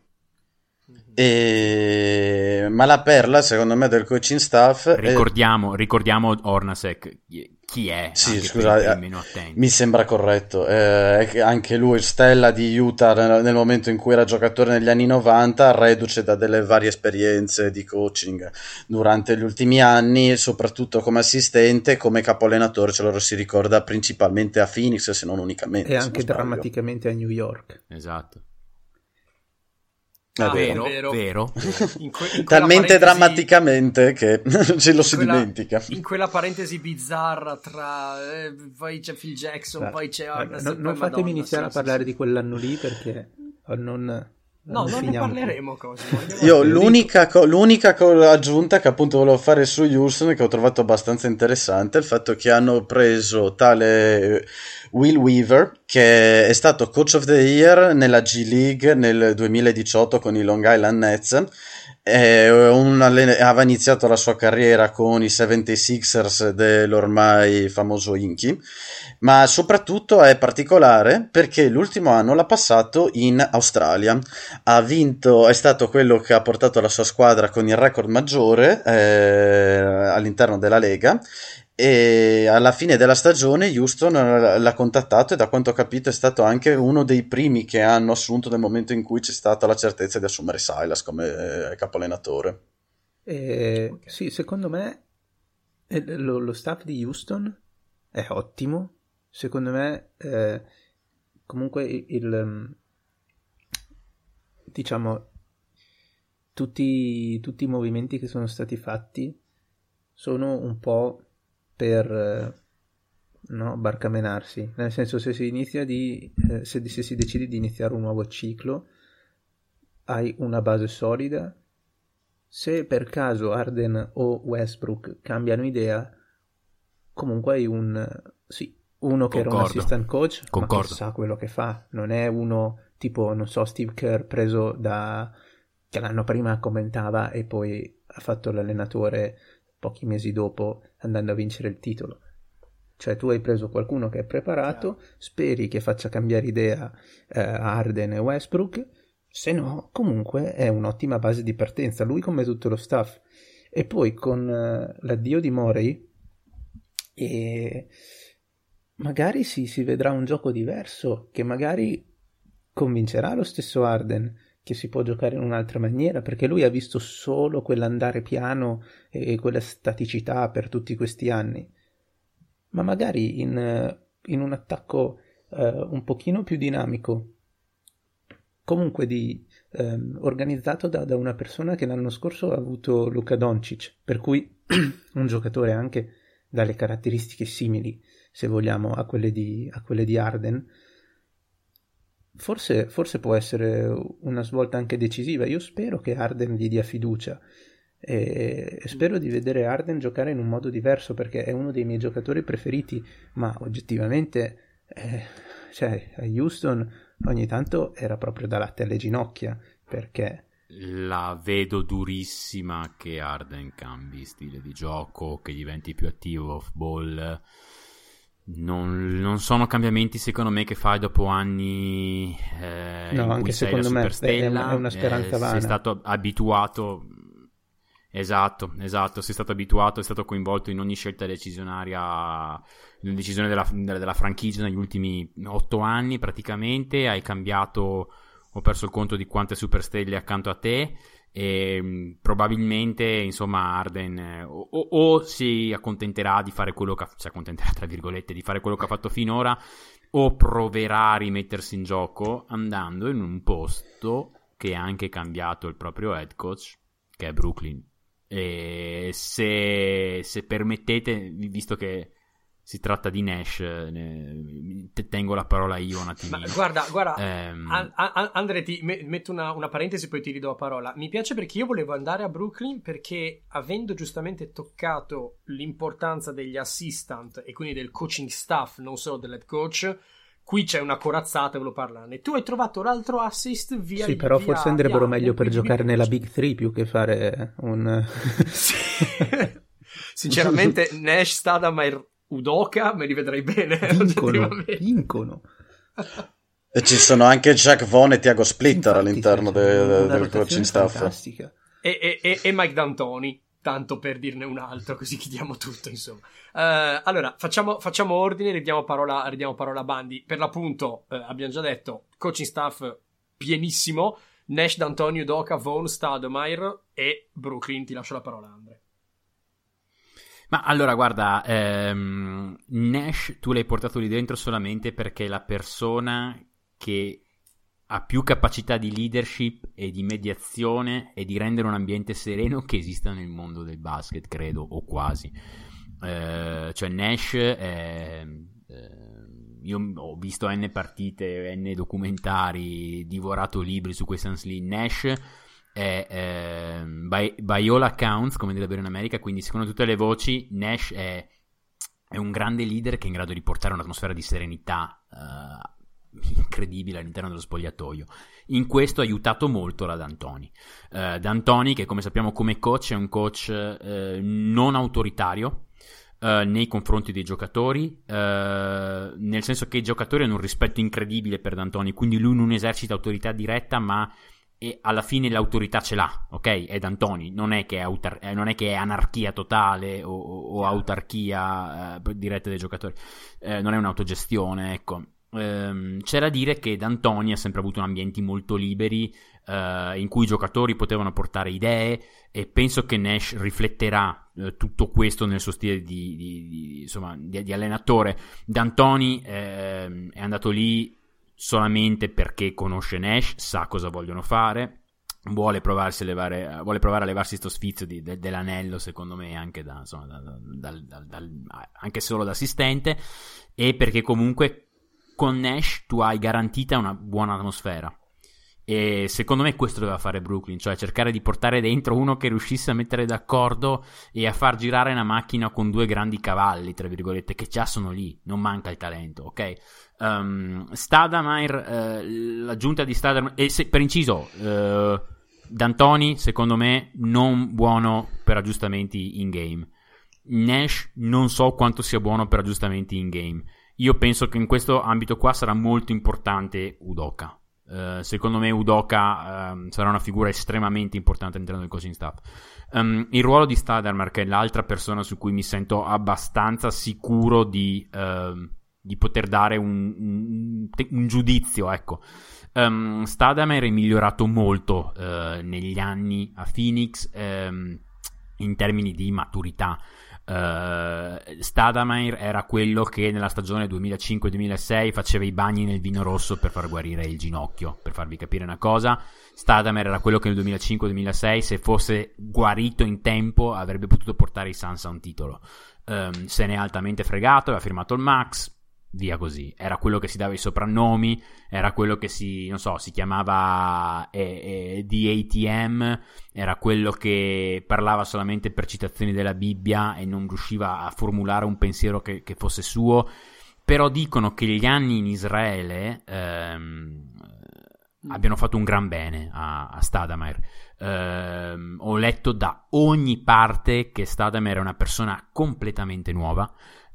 Speaker 3: E... ma la perla secondo me del coaching staff
Speaker 2: ricordiamo, è... ricordiamo Hornacek chi è,
Speaker 3: sì, scusa,
Speaker 2: meno attenti.
Speaker 3: Mi sembra corretto, eh, anche lui stella di Utah nel, nel momento in cui era giocatore negli anni novanta, reduce da delle varie esperienze di coaching durante gli ultimi anni, soprattutto come assistente, come capo allenatore ce lo si ricorda principalmente a Phoenix, se non unicamente,
Speaker 4: e anche drammaticamente a New York.
Speaker 2: Esatto.
Speaker 1: Ah,
Speaker 2: vero,
Speaker 1: vero,
Speaker 2: vero.
Speaker 1: In que- in
Speaker 3: talmente drammaticamente che ce lo si
Speaker 1: quella,
Speaker 3: dimentica.
Speaker 1: In quella parentesi bizzarra tra eh, poi c'è Phil Jackson,
Speaker 4: Beh,
Speaker 1: poi c'è
Speaker 4: Arnes,
Speaker 1: no,
Speaker 4: non, non fatemi
Speaker 1: Madonna,
Speaker 4: iniziare
Speaker 1: sì,
Speaker 4: a parlare
Speaker 1: sì,
Speaker 4: di quell'anno lì, perché non
Speaker 1: no, non ne parleremo così.
Speaker 3: Io l'unica, co- l'unica co- aggiunta che appunto volevo fare su Houston, che ho trovato abbastanza interessante, è il fatto che hanno preso tale Will Weaver, che è stato Coach of the Year nella G League nel duemiladiciotto con i Long Island Nets, è un allen- aveva iniziato la sua carriera con i settantasei ers dell'ormai famoso Inky, ma soprattutto è particolare perché l'ultimo anno l'ha passato in Australia. Ha vinto, è stato quello che ha portato la sua squadra con il record maggiore eh, all'interno della Lega, e alla fine della stagione Houston l'ha contattato e da quanto ho capito è stato anche uno dei primi che hanno assunto nel momento in cui c'è stata la certezza di assumere Silas come capoallenatore.
Speaker 4: Eh, okay. Sì, secondo me lo, lo staff di Houston è ottimo. Secondo me eh, comunque il, il diciamo tutti, tutti i movimenti che sono stati fatti sono un po' per no, barcamenarsi, nel senso, se si inizia di eh, se, se si decide di iniziare un nuovo ciclo hai una base solida. Se per caso Harden o Westbrook cambiano idea, comunque hai un sì, uno che Concordo. Era un assistant coach Concordo. Ma che sa quello che fa, non è uno tipo, non so, Steve Kerr preso da che l'anno prima commentava e poi ha fatto l'allenatore pochi mesi dopo andando a vincere il titolo. Cioè tu hai preso qualcuno che è preparato, Ciao. Speri che faccia cambiare idea eh, a Harden e Westbrook, se no comunque è un'ottima base di partenza, lui come tutto lo staff. E poi con eh, l'addio di Morey e magari si, si vedrà un gioco diverso che magari convincerà lo stesso Harden che si può giocare in un'altra maniera, perché lui ha visto solo quell'andare piano e quella staticità per tutti questi anni. Ma magari in, in un attacco uh, un pochino più dinamico, comunque di, um, organizzato da, da una persona che l'anno scorso ha avuto Luka Doncic, per cui un giocatore anche dalle caratteristiche simili, se vogliamo, a quelle di, a quelle di Harden. Forse, forse può essere una svolta anche decisiva. Io spero che Harden gli dia fiducia e, e spero di vedere Harden giocare in un modo diverso, perché è uno dei miei giocatori preferiti, ma oggettivamente eh, cioè, a Houston ogni tanto era proprio da latte alle ginocchia, perché
Speaker 2: la vedo durissima che Harden cambi stile di gioco, che diventi più attivo off ball. Non, non sono cambiamenti secondo me che fai dopo anni eh,
Speaker 4: no,
Speaker 2: in
Speaker 4: anche
Speaker 2: cui sei
Speaker 4: secondo
Speaker 2: la
Speaker 4: me
Speaker 2: superstella,
Speaker 4: è una speranza
Speaker 2: eh,
Speaker 4: vana.
Speaker 2: Sei stato abituato, esatto, esatto, sei stato abituato, sei stato coinvolto in ogni scelta decisionaria, in decisione della, della, della franchigia negli ultimi otto anni praticamente. Hai cambiato, ho perso il conto di quante superstelle accanto a te. E probabilmente insomma Harden eh, o, o si accontenterà di fare quello che ha, si accontenterà tra virgolette di fare quello che ha fatto finora, o proverà a rimettersi in gioco andando in un posto che ha anche cambiato il proprio head coach, che è Brooklyn. E se, se permettete, visto che si tratta di Nash, ne, te tengo la parola io un attimino.
Speaker 1: Ma guarda, guarda,
Speaker 2: ehm...
Speaker 1: An- An- Andre, ti me- metto una, una parentesi poi ti ridò la parola. Mi piace perché io volevo andare a Brooklyn, perché avendo giustamente toccato l'importanza degli assistant e quindi del coaching staff, non solo dell'head coach, qui c'è una corazzata, ve lo parlano. E tu hai trovato l'altro assist via...
Speaker 4: Sì, però
Speaker 1: via,
Speaker 4: forse andrebbero
Speaker 1: via,
Speaker 4: meglio per giocare nella
Speaker 1: piace.
Speaker 4: Big Three più che fare un...
Speaker 1: Sì. Sinceramente Nash, Stoudemire, Udoka me li vedrei bene.
Speaker 4: Vincono, vincono.
Speaker 3: E ci sono anche Jack Vaughn e Tiago Splitter Infatti, all'interno de- del coaching staff.
Speaker 1: E, e, e, e Mike D'Antoni, tanto per dirne un altro, così chiudiamo tutto, insomma. Uh, allora, facciamo, facciamo ordine, ridiamo parola, ridiamo parola a Bandi. Per l'appunto, uh, abbiamo già detto, coaching staff pienissimo, Nash, D'Antoni, Udoka, Vaughn, Stoudemire e Brooklyn. Ti lascio la parola, Andre.
Speaker 2: Ma allora guarda, ehm, Nash tu l'hai portato lì dentro solamente perché è la persona che ha più capacità di leadership e di mediazione e di rendere un ambiente sereno che esista nel mondo del basket, credo, o quasi. Eh, cioè Nash è, eh, io ho visto n partite, n documentari, divorato libri su quei Suns lì. Nash è eh, by, by all accounts, come direbbero in America, quindi secondo tutte le voci Nash è, è un grande leader che è in grado di portare un'atmosfera di serenità uh, incredibile all'interno dello spogliatoio. In questo ha aiutato molto la D'Antoni. Uh, D'Antoni, che come sappiamo come coach è un coach uh, non autoritario uh, nei confronti dei giocatori, uh, nel senso che i giocatori hanno un rispetto incredibile per D'Antoni, quindi lui non esercita autorità diretta, ma e alla fine l'autorità ce l'ha, ok? È D'Antoni, non è che è, autar- eh, non è, che è anarchia totale o, o autarchia eh, diretta dei giocatori, eh, non è un'autogestione, ecco. Ehm, c'è da dire che D'Antoni ha sempre avuto ambienti molto liberi eh, in cui i giocatori potevano portare idee, e penso che Nash rifletterà eh, tutto questo nel suo stile di, di, di, insomma, di, di allenatore. D'Antoni eh, è andato lì solamente perché conosce Nash, sa cosa vogliono fare, vuole provarsi a levare, vuole provare a levarsi sto sfizio di, de, dell'anello, secondo me, anche da, insomma, da, da, da, da, anche solo da assistente, e perché comunque con Nash tu hai garantita una buona atmosfera. E secondo me questo doveva fare Brooklyn, cioè cercare di portare dentro uno che riuscisse a mettere d'accordo e a far girare una macchina con due grandi cavalli, tra virgolette, che già sono lì, non manca il talento, ok? Um, Stoudemire, eh, l'aggiunta di Stoudemire, e se, per inciso, eh, D'Antoni, secondo me, non buono per aggiustamenti in game. Nash non so quanto sia buono per aggiustamenti in game. Io penso che in questo ambito qua sarà molto importante Udoka. Uh, secondo me Udoka uh, sarà una figura estremamente importante all'interno del coaching staff. Um, il ruolo di Stoudemire, che è l'altra persona su cui mi sento abbastanza sicuro di, uh, di poter dare un, un, un giudizio, ecco. Um, Stoudemire è migliorato molto uh, negli anni a Phoenix um, in termini di maturità. Uh, Stoudemire era quello che nella stagione duemilacinque duemilasei faceva i bagni nel vino rosso per far guarire il ginocchio, per farvi capire una cosa. Stoudemire era quello che nel duemilacinque duemilasei, se fosse guarito in tempo, avrebbe potuto portare i Suns a un titolo. Um, se ne è altamente fregato, aveva firmato il max, via così. Era quello che si dava i soprannomi, era quello che si, non so, si chiamava eh, eh, D A T M, era quello che parlava solamente per citazioni della Bibbia e non riusciva a formulare un pensiero che, che fosse suo. Però dicono che gli anni in Israele ehm, abbiano fatto un gran bene a, a Stoudemire. Ehm, ho letto da ogni parte che Stoudemire è una persona completamente nuova.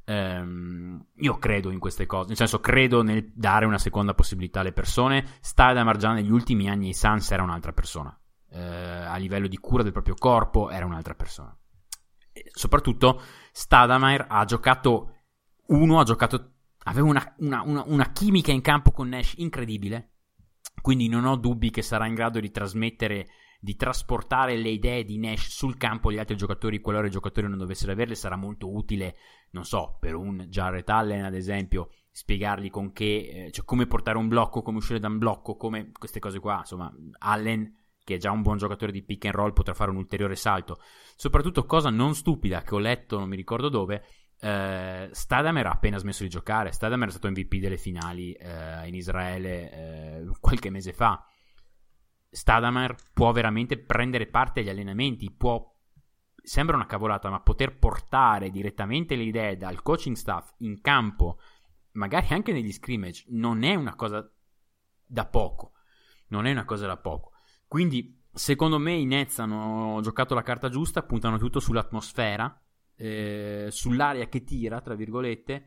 Speaker 2: Um, io credo in queste cose, nel senso, credo nel dare una seconda possibilità alle persone. Stoudemire già negli ultimi anni ai Suns era un'altra persona, uh, a livello di cura del proprio corpo era un'altra persona. E soprattutto Stoudemire ha giocato uno ha giocato aveva una, una, una, una chimica in campo con Nash incredibile, quindi non ho dubbi che sarà in grado di trasmettere, di trasportare le idee di Nash sul campo agli altri giocatori, qualora i giocatori non dovessero averle. Sarà molto utile, non so, per un Jarrett Allen ad esempio, spiegargli con che, eh, cioè come portare un blocco, come uscire da un blocco, come queste cose qua. Insomma, Allen, che è già un buon giocatore di pick and roll, potrà fare un ulteriore salto. Soprattutto, cosa non stupida che ho letto, non mi ricordo dove, eh, Stoudemire ha appena smesso di giocare. Stoudemire è stato M V P delle finali eh, in Israele eh, qualche mese fa. Stoudemire può veramente prendere parte agli allenamenti, può, sembra una cavolata, ma poter portare direttamente le idee dal coaching staff in campo, magari anche negli scrimmage, non è una cosa da poco, non è una cosa da poco. Quindi secondo me i Nets hanno giocato la carta giusta, puntano tutto sull'atmosfera, eh, sull'aria che tira, tra virgolette.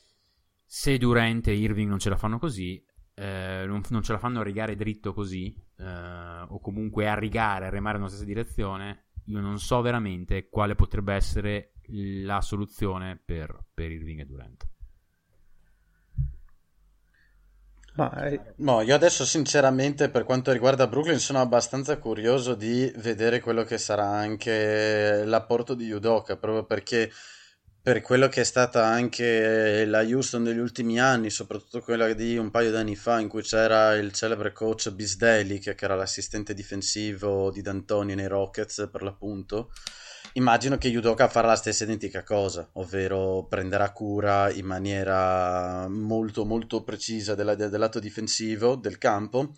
Speaker 2: Se Durant e Irving non ce la fanno così, Eh, non, non ce la fanno a rigare dritto così, eh, o comunque a rigare, a remare nella stessa direzione, io non so veramente quale potrebbe essere la soluzione per, per Irving e Durant.
Speaker 3: Ma è... no, io adesso sinceramente per quanto riguarda Brooklyn sono abbastanza curioso di vedere quello che sarà anche l'apporto di Udoka, proprio perché per quello che è stata anche la Houston negli ultimi anni, soprattutto quella di un paio d'anni fa in cui c'era il celebre coach Bisdeli, che era l'assistente difensivo di D'Antoni nei Rockets per l'appunto. Immagino che Udoka farà la stessa identica cosa, ovvero prenderà cura in maniera molto molto precisa della, del lato difensivo del campo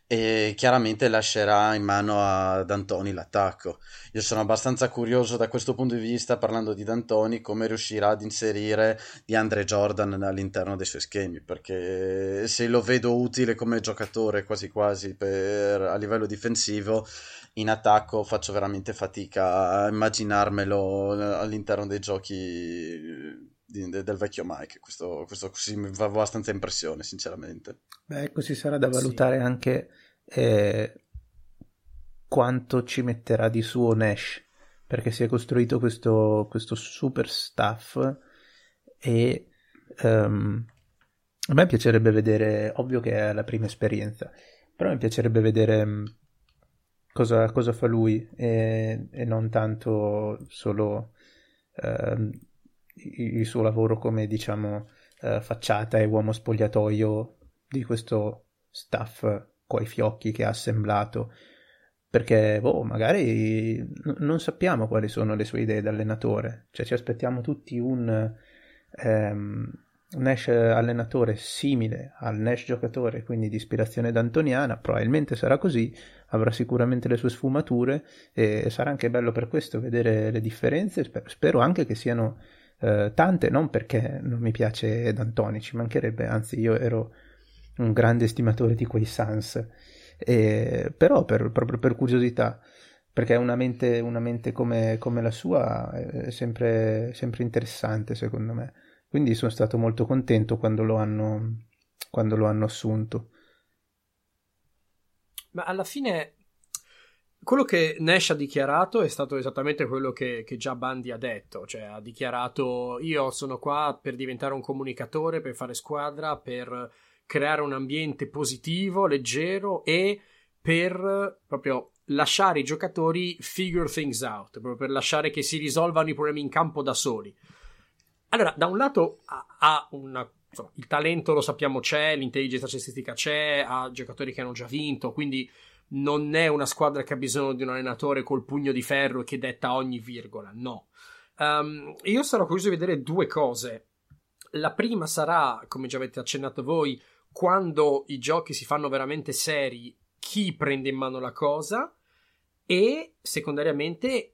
Speaker 3: e chiaramente lascerà in mano a D'Antoni l'attacco. Io sono abbastanza curioso da questo punto di vista, parlando di D'Antoni, come riuscirà ad inserire DeAndre Jordan all'interno dei suoi schemi, perché se lo vedo utile come giocatore quasi quasi per, a livello difensivo, in attacco faccio veramente fatica a immaginarmelo all'interno dei giochi di, de, del vecchio Mike. Questo, questo sì, mi fa abbastanza impressione, sinceramente.
Speaker 4: Beh, così sarà da valutare sì. anche eh, quanto ci metterà di suo Nash, perché si è costruito questo, questo super staff e um, a me piacerebbe vedere, ovvio che è la prima esperienza, però mi piacerebbe vedere cosa, cosa fa lui e, e non tanto solo um, il suo lavoro come, diciamo, uh, facciata e uomo spogliatoio di questo staff coi fiocchi che ha assemblato, perché boh, magari n- non sappiamo quali sono le sue idee da allenatore, cioè ci aspettiamo tutti un um, Nash allenatore simile al Nash giocatore, quindi di ispirazione d'antoniana. Probabilmente sarà così, avrà sicuramente le sue sfumature e sarà anche bello per questo vedere le differenze. Spero, spero anche che siano Uh, tante, non perché non mi piace D'Antoni, ci mancherebbe, anzi io ero un grande estimatore di quei Suns, e, però per, proprio per curiosità, perché una mente, una mente come, come la sua è sempre, sempre interessante secondo me, quindi sono stato molto contento quando lo hanno, quando lo hanno assunto.
Speaker 1: Ma alla fine quello che Nash ha dichiarato è stato esattamente quello che, che già Bundy ha detto, cioè ha dichiarato: io sono qua per diventare un comunicatore, per fare squadra, per creare un ambiente positivo, leggero e per proprio lasciare i giocatori figure things out, proprio per lasciare che si risolvano i problemi in campo da soli. Allora, da un lato ha, ha una, insomma, il talento lo sappiamo c'è, l'intelligenza cestistica c'è, ha giocatori che hanno già vinto, quindi non è una squadra che ha bisogno di un allenatore col pugno di ferro e che detta ogni virgola, no. Um, io sarò curioso di vedere due cose. La prima sarà, come già avete accennato voi, quando i giochi si fanno veramente seri, chi prende in mano la cosa, e secondariamente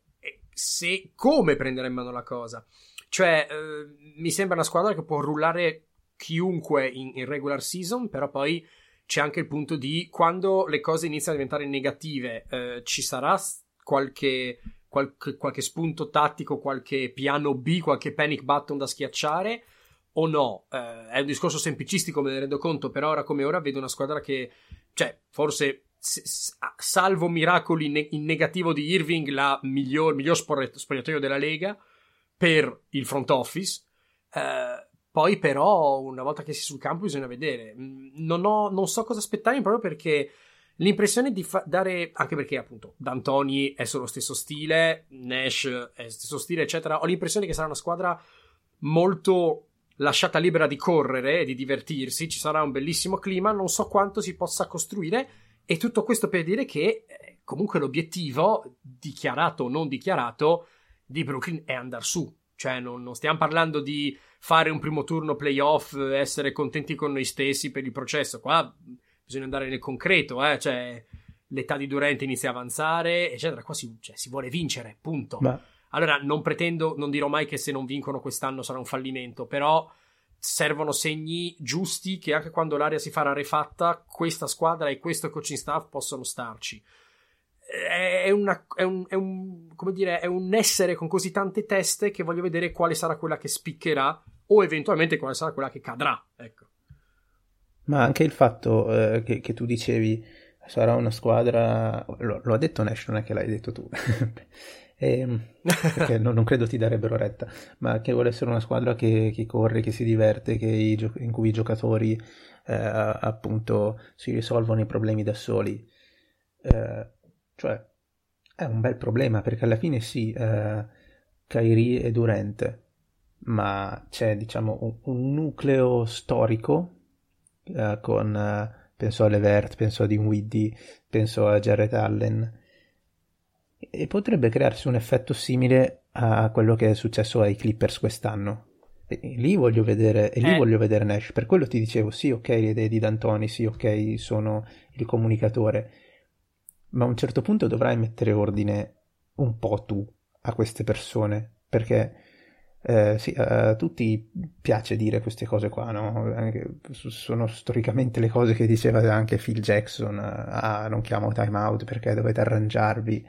Speaker 1: se come prendere in mano la cosa. Cioè, eh, mi sembra una squadra che può rullare chiunque in, in regular season, però poi c'è anche il punto di quando le cose iniziano a diventare negative, eh, ci sarà qualche, qualche, qualche spunto tattico, qualche piano B, qualche panic button da schiacciare o no? Eh, è un discorso semplicistico, me ne rendo conto, però ora come ora vedo una squadra che, cioè, forse s- salvo miracoli ne- in negativo di Irving, la miglior, miglior spogliatoio della Lega per il front office. eh, Poi però una volta che si è sul campo bisogna vedere. Non, ho, non so cosa aspettarmi, proprio perché l'impressione di fa- dare, anche perché appunto D'Antoni è sullo stesso stile, Nash è lo stesso stile eccetera, ho l'impressione che sarà una squadra molto lasciata libera di correre e di divertirsi, ci sarà un bellissimo clima, non so quanto si possa costruire, e tutto questo per dire che eh, comunque l'obiettivo, dichiarato o non dichiarato, di Brooklyn è andare su. Cioè non, non stiamo parlando di fare un primo turno playoff, essere contenti con noi stessi per il processo. Qua bisogna andare nel concreto, eh? Cioè l'età di Durant inizia a avanzare, eccetera. Qua si, cioè, si vuole vincere, punto. Ma... Allora non pretendo, non dirò mai che se non vincono quest'anno sarà un fallimento, però servono segni giusti che anche quando l'area si farà rarefatta, questa squadra e questo coaching staff possono starci. È, una, è, un, è un come dire è un essere con così tante teste che voglio vedere quale sarà quella che spiccherà o eventualmente quale sarà quella che cadrà, ecco.
Speaker 4: Ma anche il fatto eh, che, che tu dicevi sarà una squadra, lo, lo ha detto Nash, non è che l'hai detto tu e, perché non, non credo ti darebbero retta, ma che vuole essere una squadra che, che corre, che si diverte, che i, in cui i giocatori eh, appunto si risolvono i problemi da soli. eh, Cioè, è un bel problema, perché alla fine sì, eh, Kyrie e Durant, ma c'è, diciamo, un, un nucleo storico eh, con, eh, penso a LeVert, penso a Dinwiddie, penso a Jarrett Allen, e potrebbe crearsi un effetto simile a quello che è successo ai Clippers quest'anno. E lì voglio vedere, e lì
Speaker 1: Eh.
Speaker 4: voglio vedere Nash. Per quello ti dicevo, sì, ok, le idee di D'Antoni, sì, ok, sono il comunicatore, ma a un certo punto dovrai mettere ordine un po' tu a queste persone, perché eh, sì, a tutti piace dire queste cose qua, no? Anche, sono storicamente le cose che diceva anche Phil Jackson: ah, non chiamo time out perché dovete arrangiarvi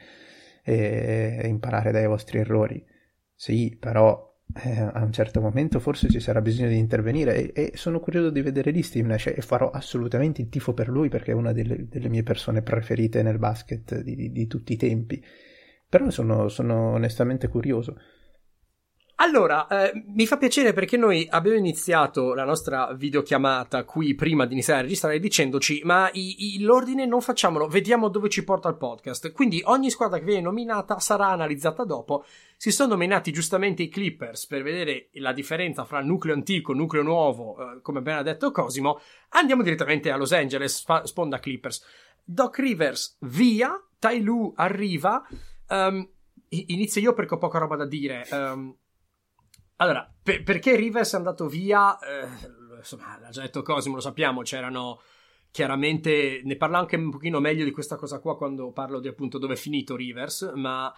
Speaker 4: e, e imparare dai vostri errori. Sì, però eh, a un certo momento forse ci sarà bisogno di intervenire, e, e sono curioso di vedere lì Steve Nash, e farò assolutamente il tifo per lui perché è una delle, delle mie persone preferite nel basket di, di, di tutti i tempi, però sono, sono onestamente curioso.
Speaker 1: Allora, eh, mi fa piacere perché noi abbiamo iniziato la nostra videochiamata qui prima di iniziare a registrare dicendoci: ma i, i, l'ordine non facciamolo, vediamo dove ci porta il podcast. Quindi ogni squadra che viene nominata sarà analizzata dopo. Si sono nominati giustamente i Clippers per vedere la differenza fra nucleo antico e nucleo nuovo, eh, come ben ha detto Cosimo. Andiamo direttamente a Los Angeles, fa, sponda Clippers. Doc Rivers via, Ty Lue arriva. Um, inizio io perché ho poca roba da dire. Um, Allora, per, perché Rivers è andato via, eh, insomma, l'ha già detto Cosimo, lo sappiamo, c'erano chiaramente, ne parlo anche un pochino meglio di questa cosa qua quando parlo di appunto dove è finito Rivers, ma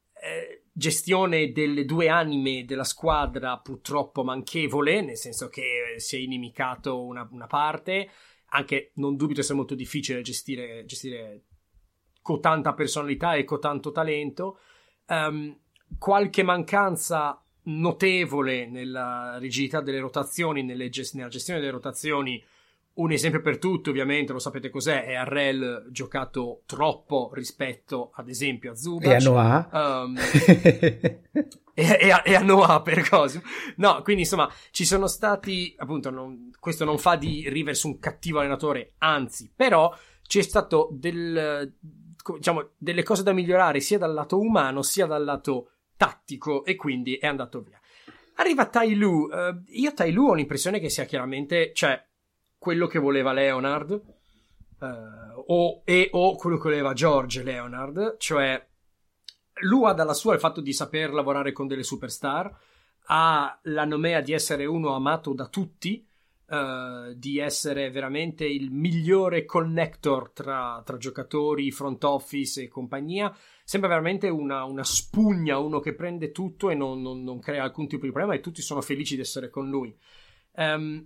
Speaker 1: eh, gestione delle due anime della squadra purtroppo manchevole, nel senso che si è inimicato una, una parte, anche non dubito sia molto difficile gestire, gestire con tanta personalità e con tanto talento, um, qualche mancanza notevole nella rigidità delle rotazioni, nelle gest- nella gestione delle rotazioni. Un esempio per tutti, ovviamente, lo sapete cos'è, è Harrell giocato troppo rispetto ad esempio a Zubac
Speaker 4: e a Noah
Speaker 1: um, e, e, a, e a Noah per Cosimo. No, quindi insomma ci sono stati appunto, non, questo non fa di Rivers un cattivo allenatore, anzi, però c'è stato del, diciamo, delle cose da migliorare sia dal lato umano sia dal lato tattico, e quindi è andato via. Arriva Ty Lue. Uh, io Ty Lue ho l'impressione che sia chiaramente, cioè, quello che voleva Leonard uh, o, e o quello che voleva George Leonard, cioè Lue ha dalla sua il fatto di saper lavorare con delle superstar, ha la nomea di essere uno amato da tutti, uh, di essere veramente il migliore connector tra, tra giocatori, front office e compagnia. Sembra veramente una, una spugna, uno che prende tutto e non, non, non crea alcun tipo di problema, e tutti sono felici di essere con lui. Um,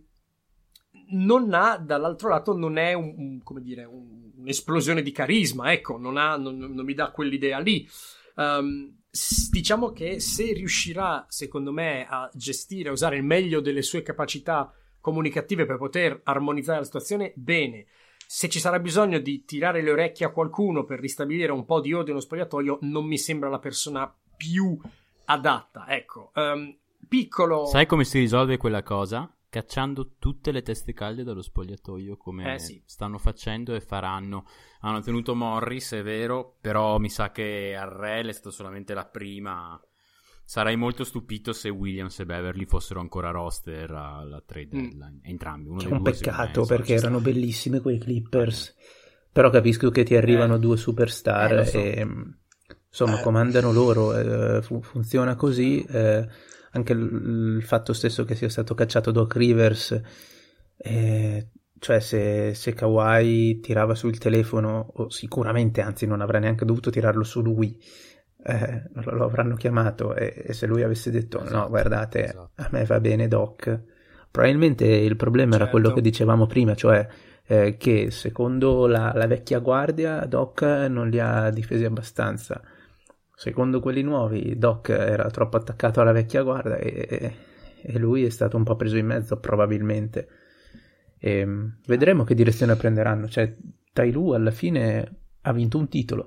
Speaker 1: non ha, dall'altro lato, non è un, un, come dire, un, un'esplosione di carisma, ecco, non, ha, non, non mi dà quell'idea lì. Um, diciamo che se riuscirà, secondo me, a gestire, a usare il meglio delle sue capacità comunicative per poter armonizzare la situazione, bene. Se ci sarà bisogno di tirare le orecchie a qualcuno per ristabilire un po' di ordine nello spogliatoio, non mi sembra la persona più adatta. Ecco, um, piccolo...
Speaker 2: Sai come si risolve quella cosa? Cacciando tutte le teste calde dallo spogliatoio, come
Speaker 1: eh, sì.
Speaker 2: stanno facendo e faranno. Hanno tenuto Morris, è vero, però mi sa che Harrell è stata solamente la prima. Sarei molto stupito se Williams e Beverly fossero ancora roster alla trade deadline, mm. entrambi. Uno
Speaker 4: C'è
Speaker 2: dei
Speaker 4: un
Speaker 2: due,
Speaker 4: peccato, perché erano bellissimi quei Clippers, però capisco che ti arrivano eh. due superstar eh, so. e insomma eh. comandano loro, eh, fu- funziona così. Eh, anche l- il fatto stesso che sia stato cacciato Doc Rivers, eh, cioè se, se Kawhi tirava sul telefono, o sicuramente, anzi non avrà neanche dovuto tirarlo su lui, Eh, lo avranno chiamato, e, e se lui avesse detto esatto, no guardate esatto. a me va bene Doc, probabilmente il problema certo. era quello che dicevamo prima, cioè eh, che secondo la, la vecchia guardia Doc non li ha difesi abbastanza, secondo quelli nuovi Doc era troppo attaccato alla vecchia guardia, e, e lui è stato un po' preso in mezzo probabilmente, e vedremo che direzione prenderanno. Cioè Ty Lue alla fine ha vinto un titolo.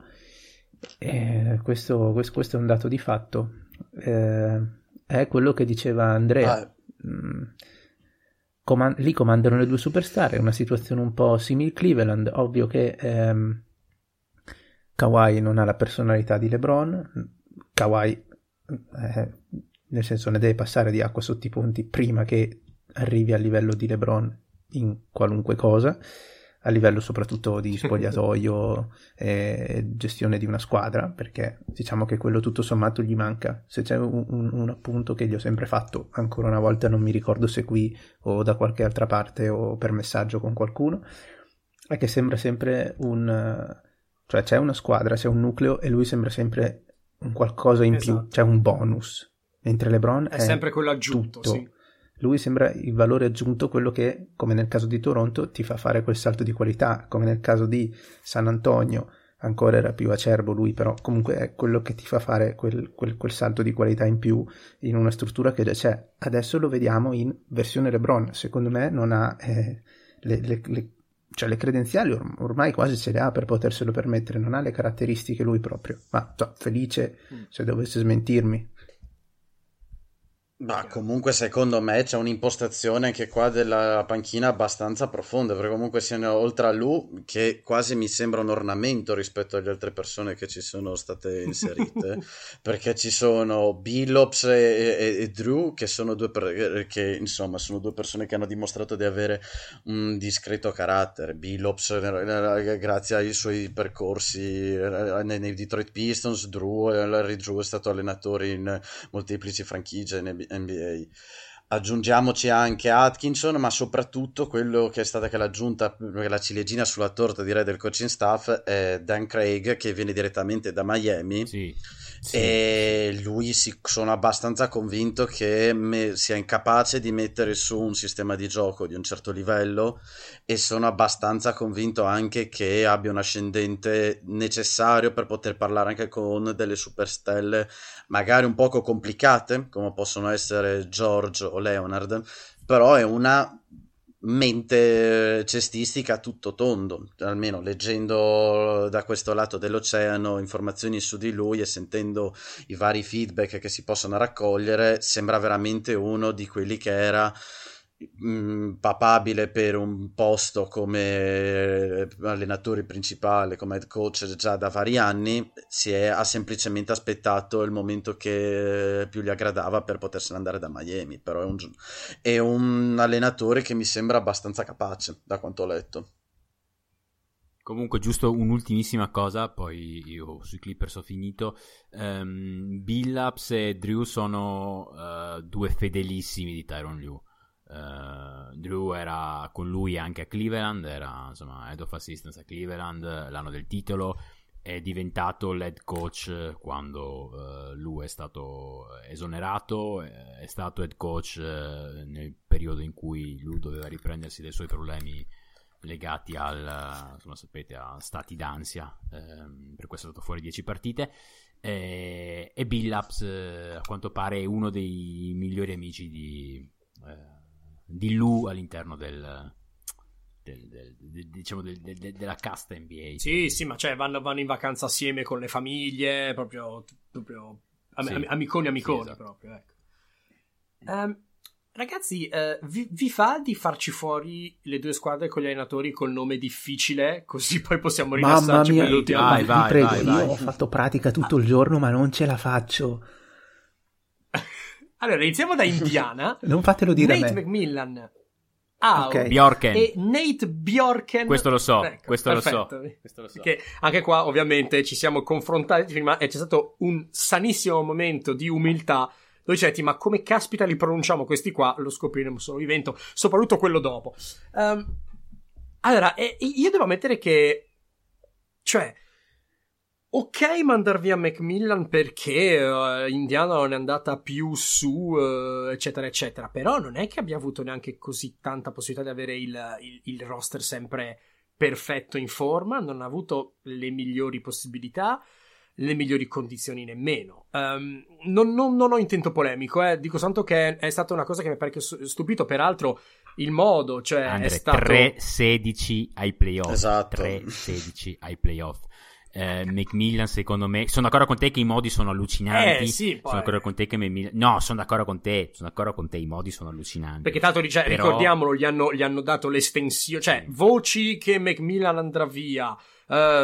Speaker 4: Eh, questo, questo, questo è un dato di fatto, eh, è quello che diceva Andrea. Ah. Mm, comand- lì comandano le due superstar, è una situazione un po' simile Cleveland. Ovvio che ehm, Kawhi non ha la personalità di LeBron, Kawhi eh, nel senso ne deve passare di acqua sotto i ponti prima che arrivi al livello di LeBron in qualunque cosa. a livello soprattutto di spogliatoio e gestione di una squadra, perché diciamo che quello tutto sommato gli manca. Se c'è un, un, un appunto che gli ho sempre fatto, ancora una volta non mi ricordo se qui o da qualche altra parte o per messaggio con qualcuno, è che sembra sempre un... cioè c'è una squadra, c'è un nucleo e lui sembra sempre un qualcosa in
Speaker 1: esatto.
Speaker 4: più, c'è un bonus, mentre LeBron è,
Speaker 1: è sempre quello aggiunto,
Speaker 4: tutto.
Speaker 1: Sì.
Speaker 4: Lui sembra il valore aggiunto, quello che, come nel caso di Toronto, ti fa fare quel salto di qualità, come nel caso di San Antonio, ancora era più acerbo lui, però comunque è quello che ti fa fare quel, quel, quel salto di qualità in più in una struttura che già c'è. Adesso lo vediamo in versione LeBron, secondo me non ha eh, le, le, le, cioè le credenziali, or- ormai quasi ce le ha per poterselo permettere, non ha le caratteristiche lui proprio, ma so, felice se dovesse smentirmi.
Speaker 3: Ma comunque secondo me c'è un'impostazione anche qua della panchina abbastanza profonda, perché comunque siano oltre a Lu, che quasi mi sembra un ornamento rispetto alle altre persone che ci sono state inserite, perché ci sono Billups e, e, e Drew, che sono due per, che insomma sono due persone che hanno dimostrato di avere un discreto carattere. Billups grazie ai suoi percorsi nei, nei Detroit Pistons, Drew, Larry Drew è stato allenatore in molteplici franchigie in N B A. Aggiungiamoci anche Atkinson, ma soprattutto quello che è stata che l'aggiunta, la ciliegina sulla torta direi del coaching staff, è Dan Craig, che viene direttamente da Miami.
Speaker 2: Sì, sì,
Speaker 3: e
Speaker 2: sì.
Speaker 3: lui si, sono abbastanza convinto che me, sia incapace di mettere su un sistema di gioco di un certo livello, e sono abbastanza convinto anche che abbia un ascendente necessario per poter parlare anche con delle superstelle magari un poco complicate come possono essere George o Leonard, però è una mente cestistica a tutto tondo, almeno leggendo da questo lato dell'oceano informazioni su di lui e sentendo i vari feedback che si possono raccogliere, sembra veramente uno di quelli che era mh, papabile per un posto come allenatore principale, come head coach già da vari anni. Si è, ha semplicemente aspettato il momento che più gli aggradava per potersene andare da Miami, però è un, è un allenatore che mi sembra abbastanza capace da quanto ho letto.
Speaker 2: Comunque, giusto un'ultimissima cosa, poi io sui Clippers ho finito. um, Billups e Drew sono uh, due fedelissimi di Tyronn Lue. Uh, Drew era con lui anche a Cleveland, era insomma head of assistance a Cleveland l'anno del titolo, è diventato l'head coach quando uh, Lue è stato esonerato, è stato head coach uh, nel periodo in cui Lue doveva riprendersi dai suoi problemi legati al, insomma, sapete, a stati d'ansia, ehm, per questo è stato fuori dieci partite, e, e Billups eh, a quanto pare è uno dei migliori amici di, eh, di Lue all'interno del, del, del, del diciamo del, del, della casta N B A.
Speaker 1: Sì, sì, ma cioè vanno, vanno in vacanza assieme con le famiglie, proprio, proprio am-
Speaker 2: Sì.
Speaker 1: amiconi amiconi,
Speaker 2: Sì, esatto.
Speaker 1: proprio, ecco. Um, Ragazzi, eh, vi, vi fa di farci fuori le due squadre con gli allenatori col nome difficile, così poi possiamo
Speaker 4: Mamma
Speaker 1: rilassarci
Speaker 4: mia,
Speaker 1: per l'ultima
Speaker 2: vai,
Speaker 1: parte?
Speaker 4: vi
Speaker 2: vai,
Speaker 4: prego,
Speaker 2: vai,
Speaker 4: io
Speaker 2: vai.
Speaker 4: ho fatto pratica tutto il giorno ma non ce la faccio.
Speaker 1: Allora, iniziamo da Indiana.
Speaker 4: Non fatelo dire
Speaker 1: Nate
Speaker 4: a me.
Speaker 1: McMillan. Ah,
Speaker 4: Ok.
Speaker 2: Bjorken.
Speaker 1: E Nate Bjorken.
Speaker 2: Questo lo so,
Speaker 1: Ecco,
Speaker 2: questo lo so.
Speaker 1: perfetto.
Speaker 2: Questo lo so.
Speaker 1: Perché anche qua ovviamente ci siamo confrontati prima e c'è stato un sanissimo momento di umiltà dove dicetti, ma come caspita li pronunciamo questi qua? Lo scopriremo solo vivendo, soprattutto quello dopo. Um, allora, eh, io devo ammettere che, cioè, ok mandar via McMillan perché uh, Indiana non è andata più su, uh, eccetera, eccetera, però non è che abbia avuto neanche così tanta possibilità di avere il, il, il roster sempre perfetto in forma, non ha avuto le migliori possibilità, le migliori condizioni nemmeno. Um, non, non, non ho intento polemico, eh. Dico santo che è stata una cosa che mi ha parecchio stupito, peraltro il modo, cioè
Speaker 2: Andre,
Speaker 1: è stato
Speaker 2: tre sedici ai playoff.
Speaker 3: Esatto.
Speaker 2: tre sedici ai playoff. Eh, McMillan, secondo me, sono d'accordo con te che i modi sono allucinanti.
Speaker 1: Eh, sì, poi-
Speaker 2: sono d'accordo con te che McMillan... No, sono d'accordo con te. Sono d'accordo con te. I modi sono allucinanti.
Speaker 1: perché tanto dice,
Speaker 2: Però-
Speaker 1: ricordiamolo, gli hanno, gli hanno dato l'estensione, cioè voci che McMillan andrà via, eh,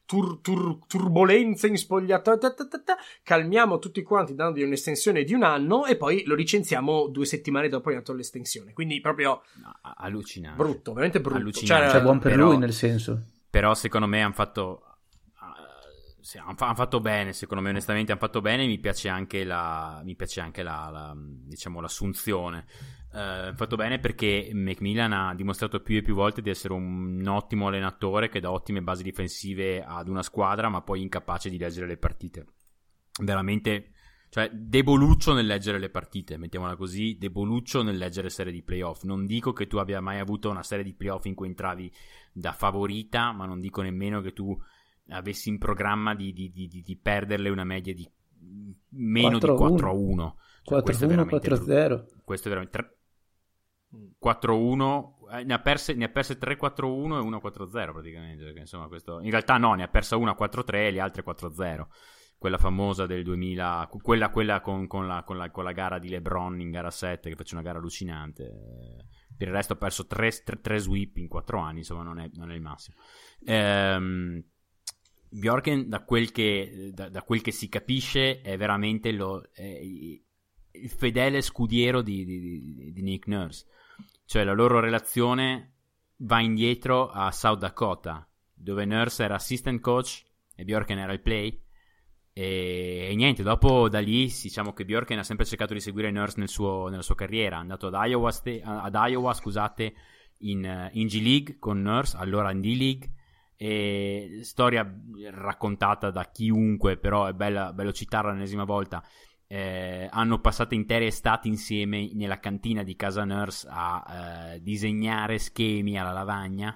Speaker 1: tur, tur, turbolenze in spogliatoio, ta, ta, ta, ta, calmiamo tutti quanti dandogli un'estensione di un anno e poi lo licenziamo due settimane dopo che ha dato l'estensione. Quindi proprio
Speaker 2: no, allucinante,
Speaker 1: brutto, veramente brutto.
Speaker 2: Allucinante.
Speaker 4: Cioè, buon per
Speaker 2: però,
Speaker 4: lui, nel senso.
Speaker 2: Però secondo me hanno fatto sì, hanno fatto bene, secondo me onestamente hanno fatto bene. Mi piace anche la mi piace anche la, la diciamo l'assunzione. Uh, hanno fatto bene perché McMillan ha dimostrato più e più volte di essere un ottimo allenatore che dà ottime basi difensive ad una squadra, ma poi incapace di leggere le partite. Veramente, cioè deboluccio nel leggere le partite, mettiamola così, deboluccio nel leggere serie di playoff. Non dico che tu abbia mai avuto una serie di playoff in cui entravi da favorita, ma non dico nemmeno che tu avessi in programma di, di, di, di perderle una media di meno di quattro a uno. Cioè,
Speaker 4: quattro a uno, quattro a zero.
Speaker 2: Questo è veramente tre... quattro a uno, eh, ne ha perse ne ha perse tre quattro a uno e uno quattro a zero praticamente, perché insomma questo in realtà no, ne ha persa una quattro a tre e le altre quattro a zero. Quella famosa del duemila, quella, quella con, con, la, con, la, con la gara di LeBron in gara sette, che fece una gara allucinante. Per il resto ha perso tre, tre, tre sweep in quattro anni, insomma non è, non è il massimo. Ehm Bjorken, da quel che da, da quel che si capisce, è veramente lo, è il fedele scudiero di, di, di Nick Nurse. Cioè la loro relazione va indietro a South Dakota, dove Nurse era assistant coach e Bjorken era il play. E, e niente, dopo da lì diciamo che Bjorken ha sempre cercato di seguire Nurse nel suo, nella sua carriera. È andato ad Iowa, ad Iowa scusate, in, in G League con Nurse, allora in D-League. E storia raccontata da chiunque, però è bella, bello citarla l'ennesima volta. Eh, hanno passato intere estati insieme nella cantina di casa Nurse a eh, disegnare schemi alla lavagna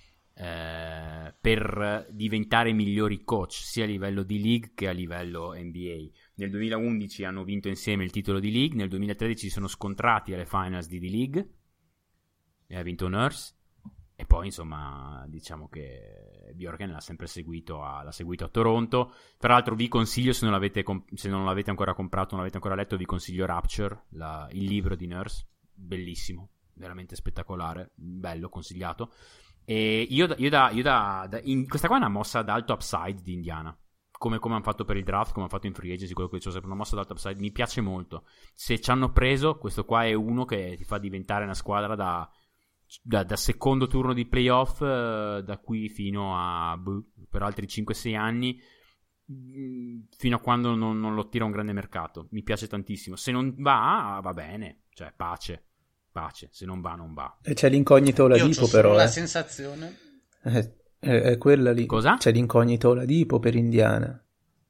Speaker 2: eh, per diventare migliori coach sia a livello di league che a livello N B A. Nel duemilaundici hanno vinto insieme il titolo di league, nel duemilatredici si sono scontrati alle finals di D-League e ha vinto Nurse. E poi insomma diciamo che Bjorken l'ha sempre seguito a, l'ha seguito a Toronto. Tra l'altro vi consiglio, se non l'avete, comp- se non l'avete ancora comprato, non l'avete ancora letto, vi consiglio Rapture, la, il libro di Nurse, bellissimo, veramente spettacolare, bello, consigliato. E io, da, io, da, io da, da in, questa qua è una mossa ad alto upside di Indiana, come, come hanno fatto per il draft, come hanno fatto in free agency, quello che dicevo sempre, una mossa ad alto upside, mi piace molto. Se ci hanno preso, questo qua è uno che ti fa diventare una squadra da Da, da secondo turno di playoff eh, da qui fino a boh, per altri cinque sei anni, mh, fino a quando non, non lo tira un grande mercato. Mi piace tantissimo. Se non va, va bene, cioè pace, pace. Se non va, non va.
Speaker 4: E c'è l'incognito Oladipo, però.
Speaker 3: La
Speaker 4: eh.
Speaker 3: sensazione
Speaker 4: Eh, è, è quella lì.
Speaker 2: Cosa?
Speaker 4: C'è l'incognito Oladipo per Indiana.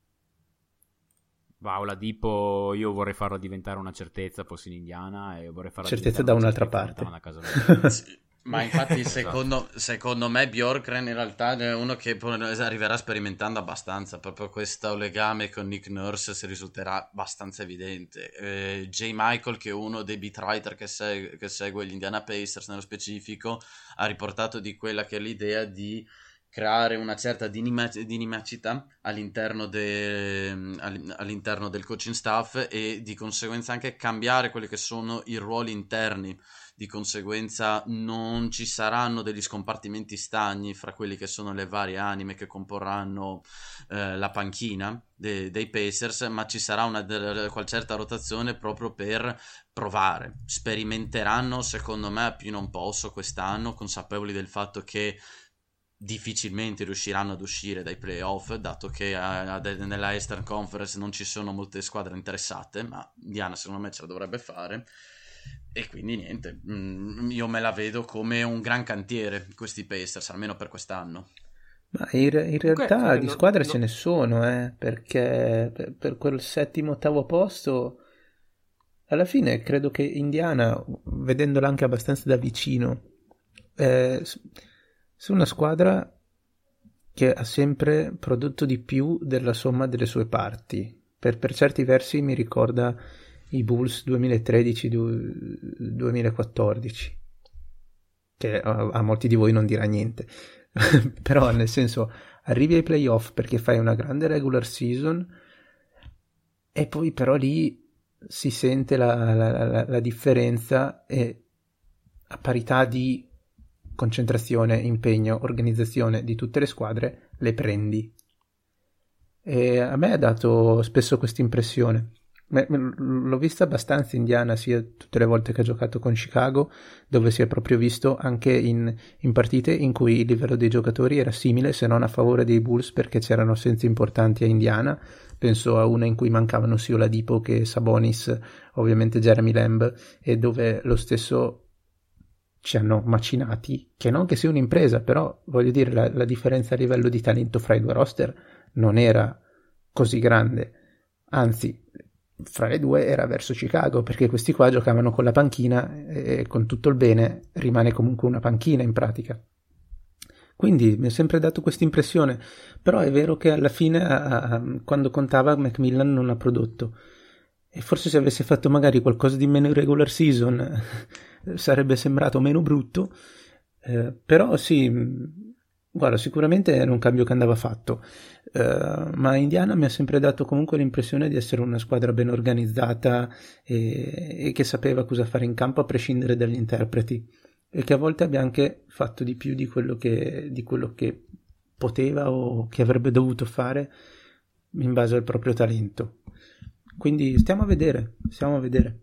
Speaker 2: Va, Oladipo, io vorrei farlo diventare una certezza, fossi in Indiana, e vorrei farlo
Speaker 4: certezza da un'altra parte.
Speaker 2: Da casa
Speaker 3: sì, ma infatti secondo, secondo me Bjorkgren in realtà è uno che arriverà sperimentando abbastanza, proprio questo legame con Nick Nurse si risulterà abbastanza evidente. eh, J. Michael, che è uno dei beat writer che, seg- che segue gli Indiana Pacers nello specifico, ha riportato di quella che è l'idea di creare una certa dinimac- dinamicità all'interno, de- all'interno del coaching staff e di conseguenza anche cambiare quelli che sono i ruoli interni. Di conseguenza non ci saranno degli scompartimenti stagni fra quelli che sono le varie anime che comporranno eh, la panchina de- dei Pacers, ma ci sarà una de- qual certa rotazione proprio per provare. Sperimenteranno secondo me a più non posso quest'anno, consapevoli del fatto che difficilmente riusciranno ad uscire dai playoff, dato che a, a, nella Eastern Conference non ci sono molte squadre interessate, ma Indiana secondo me ce la dovrebbe fare. E quindi niente, mh, io me la vedo come un gran cantiere questi Pacers, almeno per quest'anno.
Speaker 4: Ma in, in realtà
Speaker 1: Comunque,
Speaker 4: di
Speaker 1: non,
Speaker 4: squadre
Speaker 1: non...
Speaker 4: ce ne sono, eh, perché per, per quel settimo ottavo posto alla fine credo che Indiana, vedendola anche abbastanza da vicino, eh, su una squadra che ha sempre prodotto di più della somma delle sue parti. Per, per certi versi mi ricorda i Bulls duemilatredici duemilaquattordici, che a, a molti di voi non dirà niente. Però nel senso, arrivi ai playoff perché fai una grande regular season e poi però lì si sente la, la, la, la differenza, e a parità di concentrazione, impegno, organizzazione di tutte le squadre, le prendi. E a me ha dato spesso questa impressione. L'ho vista abbastanza Indiana, sia tutte le volte che ha giocato con Chicago, dove si è proprio visto anche in, in partite in cui il livello dei giocatori era simile, se non a favore dei Bulls, perché c'erano assenze importanti a Indiana. Penso a una in cui mancavano sia Oladipo che Sabonis, ovviamente Jeremy Lamb, e dove lo stesso ci hanno macinati, che non che sia un'impresa, però voglio dire la, la differenza a livello di talento fra i due roster non era così grande, anzi fra le due era verso Chicago, perché questi qua giocavano con la panchina e con tutto il bene rimane comunque una panchina in pratica. Quindi mi è sempre dato questa impressione, però è vero che alla fine a, a, quando contava Macmillan non ha prodotto, e forse se avesse fatto magari qualcosa di meno in regular season sarebbe sembrato meno brutto, eh, però sì, guarda, sicuramente era un cambio che andava fatto. Uh, ma Indiana mi ha sempre dato comunque l'impressione di essere una squadra ben organizzata e, e che sapeva cosa fare in campo a prescindere dagli interpreti, e che a volte abbia anche fatto di più di quello che, di quello che poteva o che avrebbe dovuto fare in base al proprio talento. Quindi stiamo a vedere, stiamo a vedere.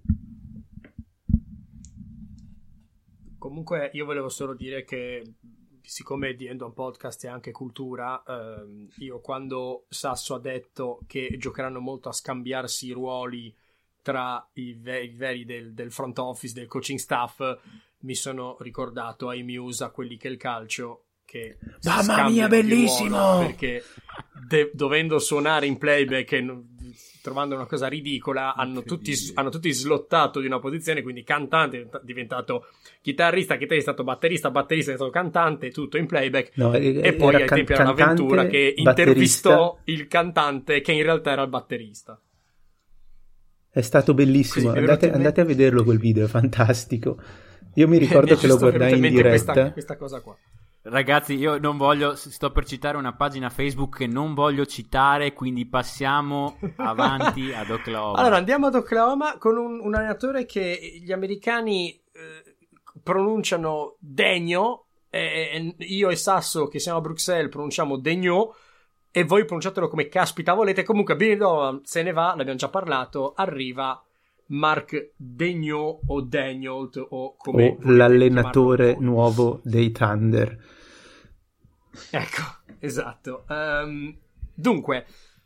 Speaker 1: Comunque io volevo solo dire che, siccome The End On Podcast è anche cultura, ehm, io quando Sasso ha detto che giocheranno molto a scambiarsi i ruoli tra i, ve- i veri del, del front office, del coaching staff, mi sono ricordato ai Muse, a quelli che è il calcio, che
Speaker 4: mamma mia, bellissimo,
Speaker 1: perché de- dovendo suonare in playback e no- trovando una cosa ridicola hanno tutti, hanno tutti slottato di una posizione, quindi cantante è diventato chitarrista, chitarrista è stato batterista, batterista è stato cantante, tutto in playback. No, e poi ai tempi era un'avventura che intervistò il cantante che in realtà era il batterista.
Speaker 4: È stato bellissimo. Così, andate, andate a vederlo quel video, è fantastico. Io mi ricordo che lo guardai in diretta.
Speaker 1: Questa, questa cosa qua.
Speaker 2: Ragazzi, io non voglio, sto per citare una pagina Facebook che non voglio citare, quindi passiamo avanti ad Oklahoma.
Speaker 1: Allora andiamo ad Oklahoma con un, un allenatore che gli americani eh, pronunciano Degno, e io e Sasso che siamo a Bruxelles pronunciamo Degno, e voi pronunciatelo come caspita volete. Comunque Billy Donovan se ne va, l'abbiamo già parlato, arriva Mark Daigneault o Daigneault o come
Speaker 4: o l'allenatore nuovo dei Thunder.
Speaker 1: Ecco, esatto. Um, dunque,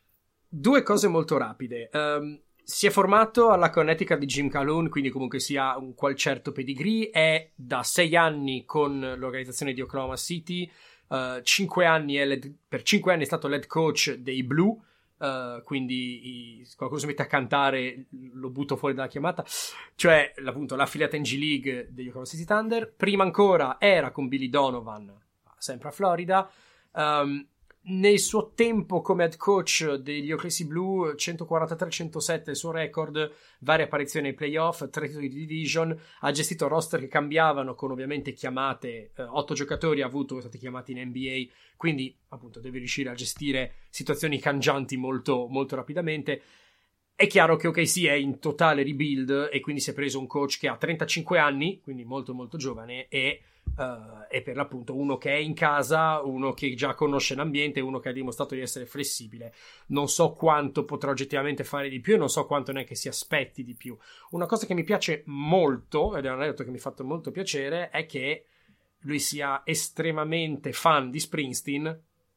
Speaker 1: due cose molto rapide. Um, si è formato alla Connecticut di Jim Calhoun, quindi comunque si ha un qual certo pedigree. È da sei anni con l'organizzazione di Oklahoma City. Uh, cinque anni è led, per cinque anni è stato l'head coach dei Blue. Uh, quindi i, qualcuno si mette a cantare, lo butto fuori dalla chiamata, cioè appunto l'affiliata in G League degli Oklahoma City Thunder. Prima ancora era con Billy Donovan, sempre a Florida. Um, nel suo tempo come head coach degli O K C Blue, centoquarantatré centosette il suo record, varie apparizioni ai playoff, tre titoli di division, ha gestito roster che cambiavano con ovviamente chiamate, eh, otto giocatori ha avuto, sono stati chiamati in N B A, quindi appunto deve riuscire a gestire situazioni cangianti molto, molto rapidamente. È chiaro che O K C è in totale rebuild e quindi si è preso un coach che ha trentacinque anni, quindi molto molto giovane, e Uh, è per l'appunto uno che è in casa, uno che già conosce l'ambiente, uno che ha dimostrato di essere flessibile. Non so quanto potrà oggettivamente fare di più e non so quanto neanche si aspetti di più. Una cosa che mi piace molto, ed è un aneddoto che mi ha fatto molto piacere, è che lui sia estremamente fan di Springsteen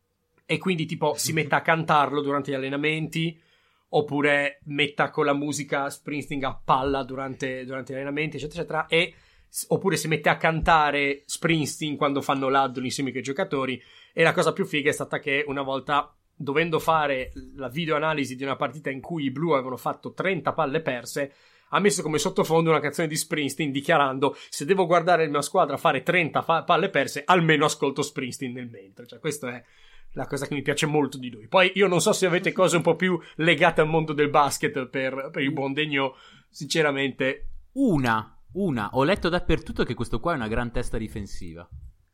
Speaker 1: e quindi tipo si metta a cantarlo durante gli allenamenti, oppure metta con la musica Springsteen a palla durante, durante gli allenamenti, eccetera eccetera, e oppure si mette a cantare Springsteen quando fanno l'addo insieme ai giocatori. E la cosa più figa è stata che una volta, dovendo fare la videoanalisi di una partita in cui i Blu avevano fatto trenta palle perse, ha messo come sottofondo una canzone di Springsteen dichiarando: se devo guardare la mia squadra fare trenta fa- palle perse, almeno ascolto Springsteen nel mentre. Cioè questa è la cosa che mi piace molto di lui. Poi io non so se avete cose un po' più legate al mondo del basket per, per il buon Degno, sinceramente.
Speaker 2: Una Una, ho letto dappertutto che questo qua è una gran testa difensiva.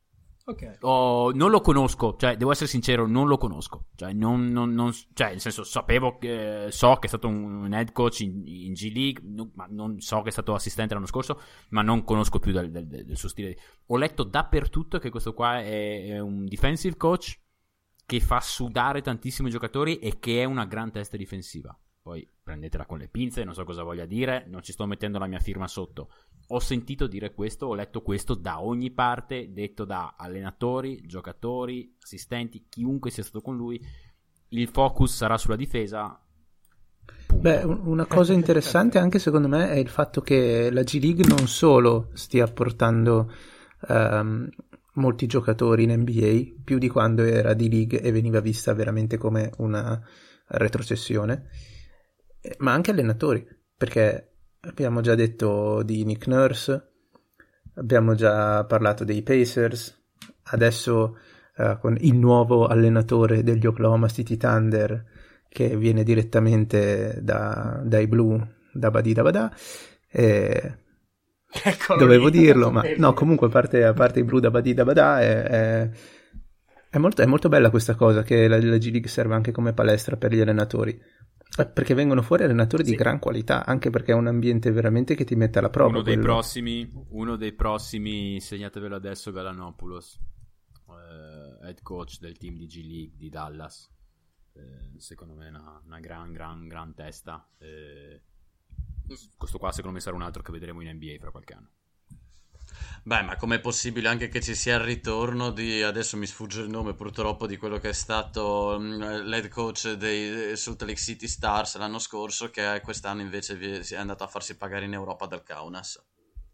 Speaker 1: Ok.
Speaker 2: Oh, non lo conosco, cioè devo essere sincero, non lo conosco. Cioè, non, non, non, cioè nel senso, sapevo che so che è stato un head coach in, in G League, no, ma non so che è stato assistente l'anno scorso, ma non conosco più del, del, del suo stile. Ho letto dappertutto che questo qua è, è un defensive coach che fa sudare tantissimo i giocatori e che è una gran testa difensiva. Poi prendetela con le pinze, non so cosa voglia dire, non ci sto mettendo la mia firma sotto. Ho sentito dire questo, ho letto questo da ogni parte, detto da allenatori, giocatori, assistenti, chiunque sia stato con lui. Il focus sarà sulla difesa. Punto.
Speaker 4: Beh, una cosa interessante anche secondo me è il fatto che la G League non solo stia portando um, molti giocatori in N B A, più di quando era D-League e veniva vista veramente come una retrocessione, ma anche allenatori, perché abbiamo già detto di Nick Nurse, abbiamo già parlato dei Pacers, adesso uh, con il nuovo allenatore degli Oklahoma City Thunder che viene direttamente da, dai Blue, da Badi da Badà, e dovevo lì, dirlo, ma no, comunque a parte, a parte i Blue da Badi da Badà è, è, è, molto, è molto bella questa cosa, che la, la G League serve anche come palestra per gli allenatori, perché vengono fuori allenatori sì. di gran qualità, anche perché è un ambiente veramente che ti mette alla prova.
Speaker 2: Uno dei
Speaker 4: quello.
Speaker 2: prossimi, uno dei prossimi, segnatevelo adesso, Galanopoulos, eh, head coach del team di G League di Dallas. Eh, secondo me è una, una gran gran gran testa. Eh, questo qua secondo me sarà un altro che vedremo in N B A fra qualche anno.
Speaker 3: Beh, ma com'è possibile anche che ci sia il ritorno di, adesso mi sfugge il nome purtroppo, di quello che è stato um, l'head coach dei Salt Lake City Stars l'anno scorso, che quest'anno invece vi, è andato a farsi pagare in Europa dal Kaunas,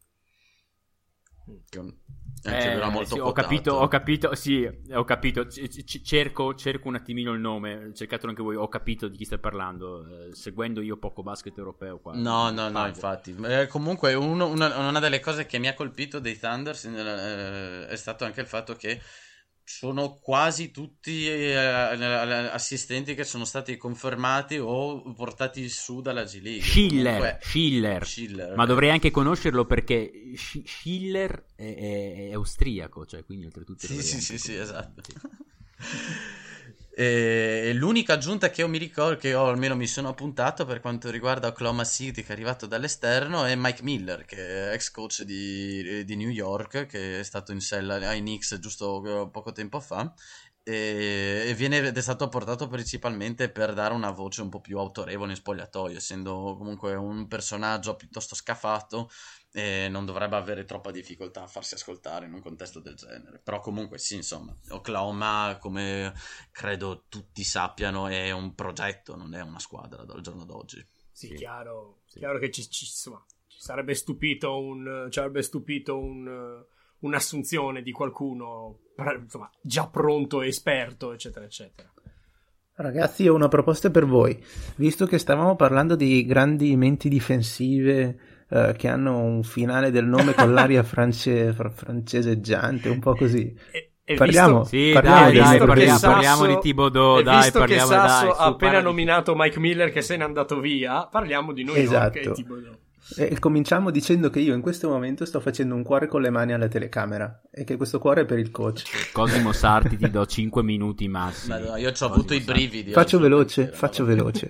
Speaker 3: che un, anche
Speaker 2: eh,
Speaker 3: era molto
Speaker 2: sì, ho capito, ho capito, sì, ho capito. C- c- cerco, cerco un attimino il nome, cercatelo anche voi. Ho capito di chi stai parlando, eh, seguendo io poco basket europeo qua.
Speaker 3: No, no, no, infatti. Eh, comunque, uno, una, una delle cose che mi ha colpito dei Thunders eh, è stato anche il fatto che sono quasi tutti eh, assistenti che sono stati confermati o portati su dalla G League.
Speaker 2: Schiller,
Speaker 3: Comunque,
Speaker 2: Schiller.
Speaker 3: Schiller
Speaker 2: ma
Speaker 3: eh.
Speaker 2: dovrei anche conoscerlo perché Sch- Schiller è, è, è austriaco, cioè quindi oltretutto
Speaker 3: sì sì sì, sì esatto
Speaker 2: sì.
Speaker 3: E l'unica aggiunta che io mi ricordo, che io almeno mi sono appuntato per quanto riguarda Oklahoma City, che è arrivato dall'esterno, è Mike Miller, che è ex coach di, di New York, che è stato in sella ai Knicks giusto poco tempo fa, e, e viene, ed è stato portato principalmente per dare una voce un po' più autorevole in spogliatoio, essendo comunque un personaggio piuttosto scafato, e non dovrebbe avere troppa difficoltà a farsi ascoltare in un contesto del genere. Però comunque sì, insomma, Oklahoma, come credo tutti sappiano, è un progetto, non è una squadra dal giorno d'oggi.
Speaker 1: Sì, sì. Chiaro, sì. Chiaro che ci, ci, insomma, ci sarebbe stupito un ci sarebbe stupito un, un'assunzione di qualcuno, insomma, già pronto, esperto, eccetera eccetera.
Speaker 4: Ragazzi, ho una proposta per voi. Visto che stavamo parlando di grandi menti difensive Uh, che hanno un finale del nome con l'aria france- fr- franceseggiante, un po' così.
Speaker 1: E, e
Speaker 4: parliamo,
Speaker 1: visto,
Speaker 2: sì,
Speaker 4: parliamo,
Speaker 2: dai,
Speaker 4: di
Speaker 2: dai,
Speaker 1: Sasso,
Speaker 2: parliamo, parliamo di Thibodeau,
Speaker 1: e
Speaker 2: dai,
Speaker 1: visto
Speaker 2: parliamo,
Speaker 1: che Sasso
Speaker 2: dai,
Speaker 1: ha
Speaker 2: su,
Speaker 1: appena
Speaker 2: di...
Speaker 1: nominato Mike Miller che se n'è andato via, parliamo di New
Speaker 4: esatto.
Speaker 1: York e Thibodeau.
Speaker 4: E cominciamo dicendo che io in questo momento sto facendo un cuore con le mani alla telecamera e che questo cuore è per il coach.
Speaker 2: Cosimo Sarti, ti do cinque minuti massimi.
Speaker 3: Ma no, io ci ho avuto i brividi.
Speaker 4: Faccio veloce, pensiero, faccio veloce.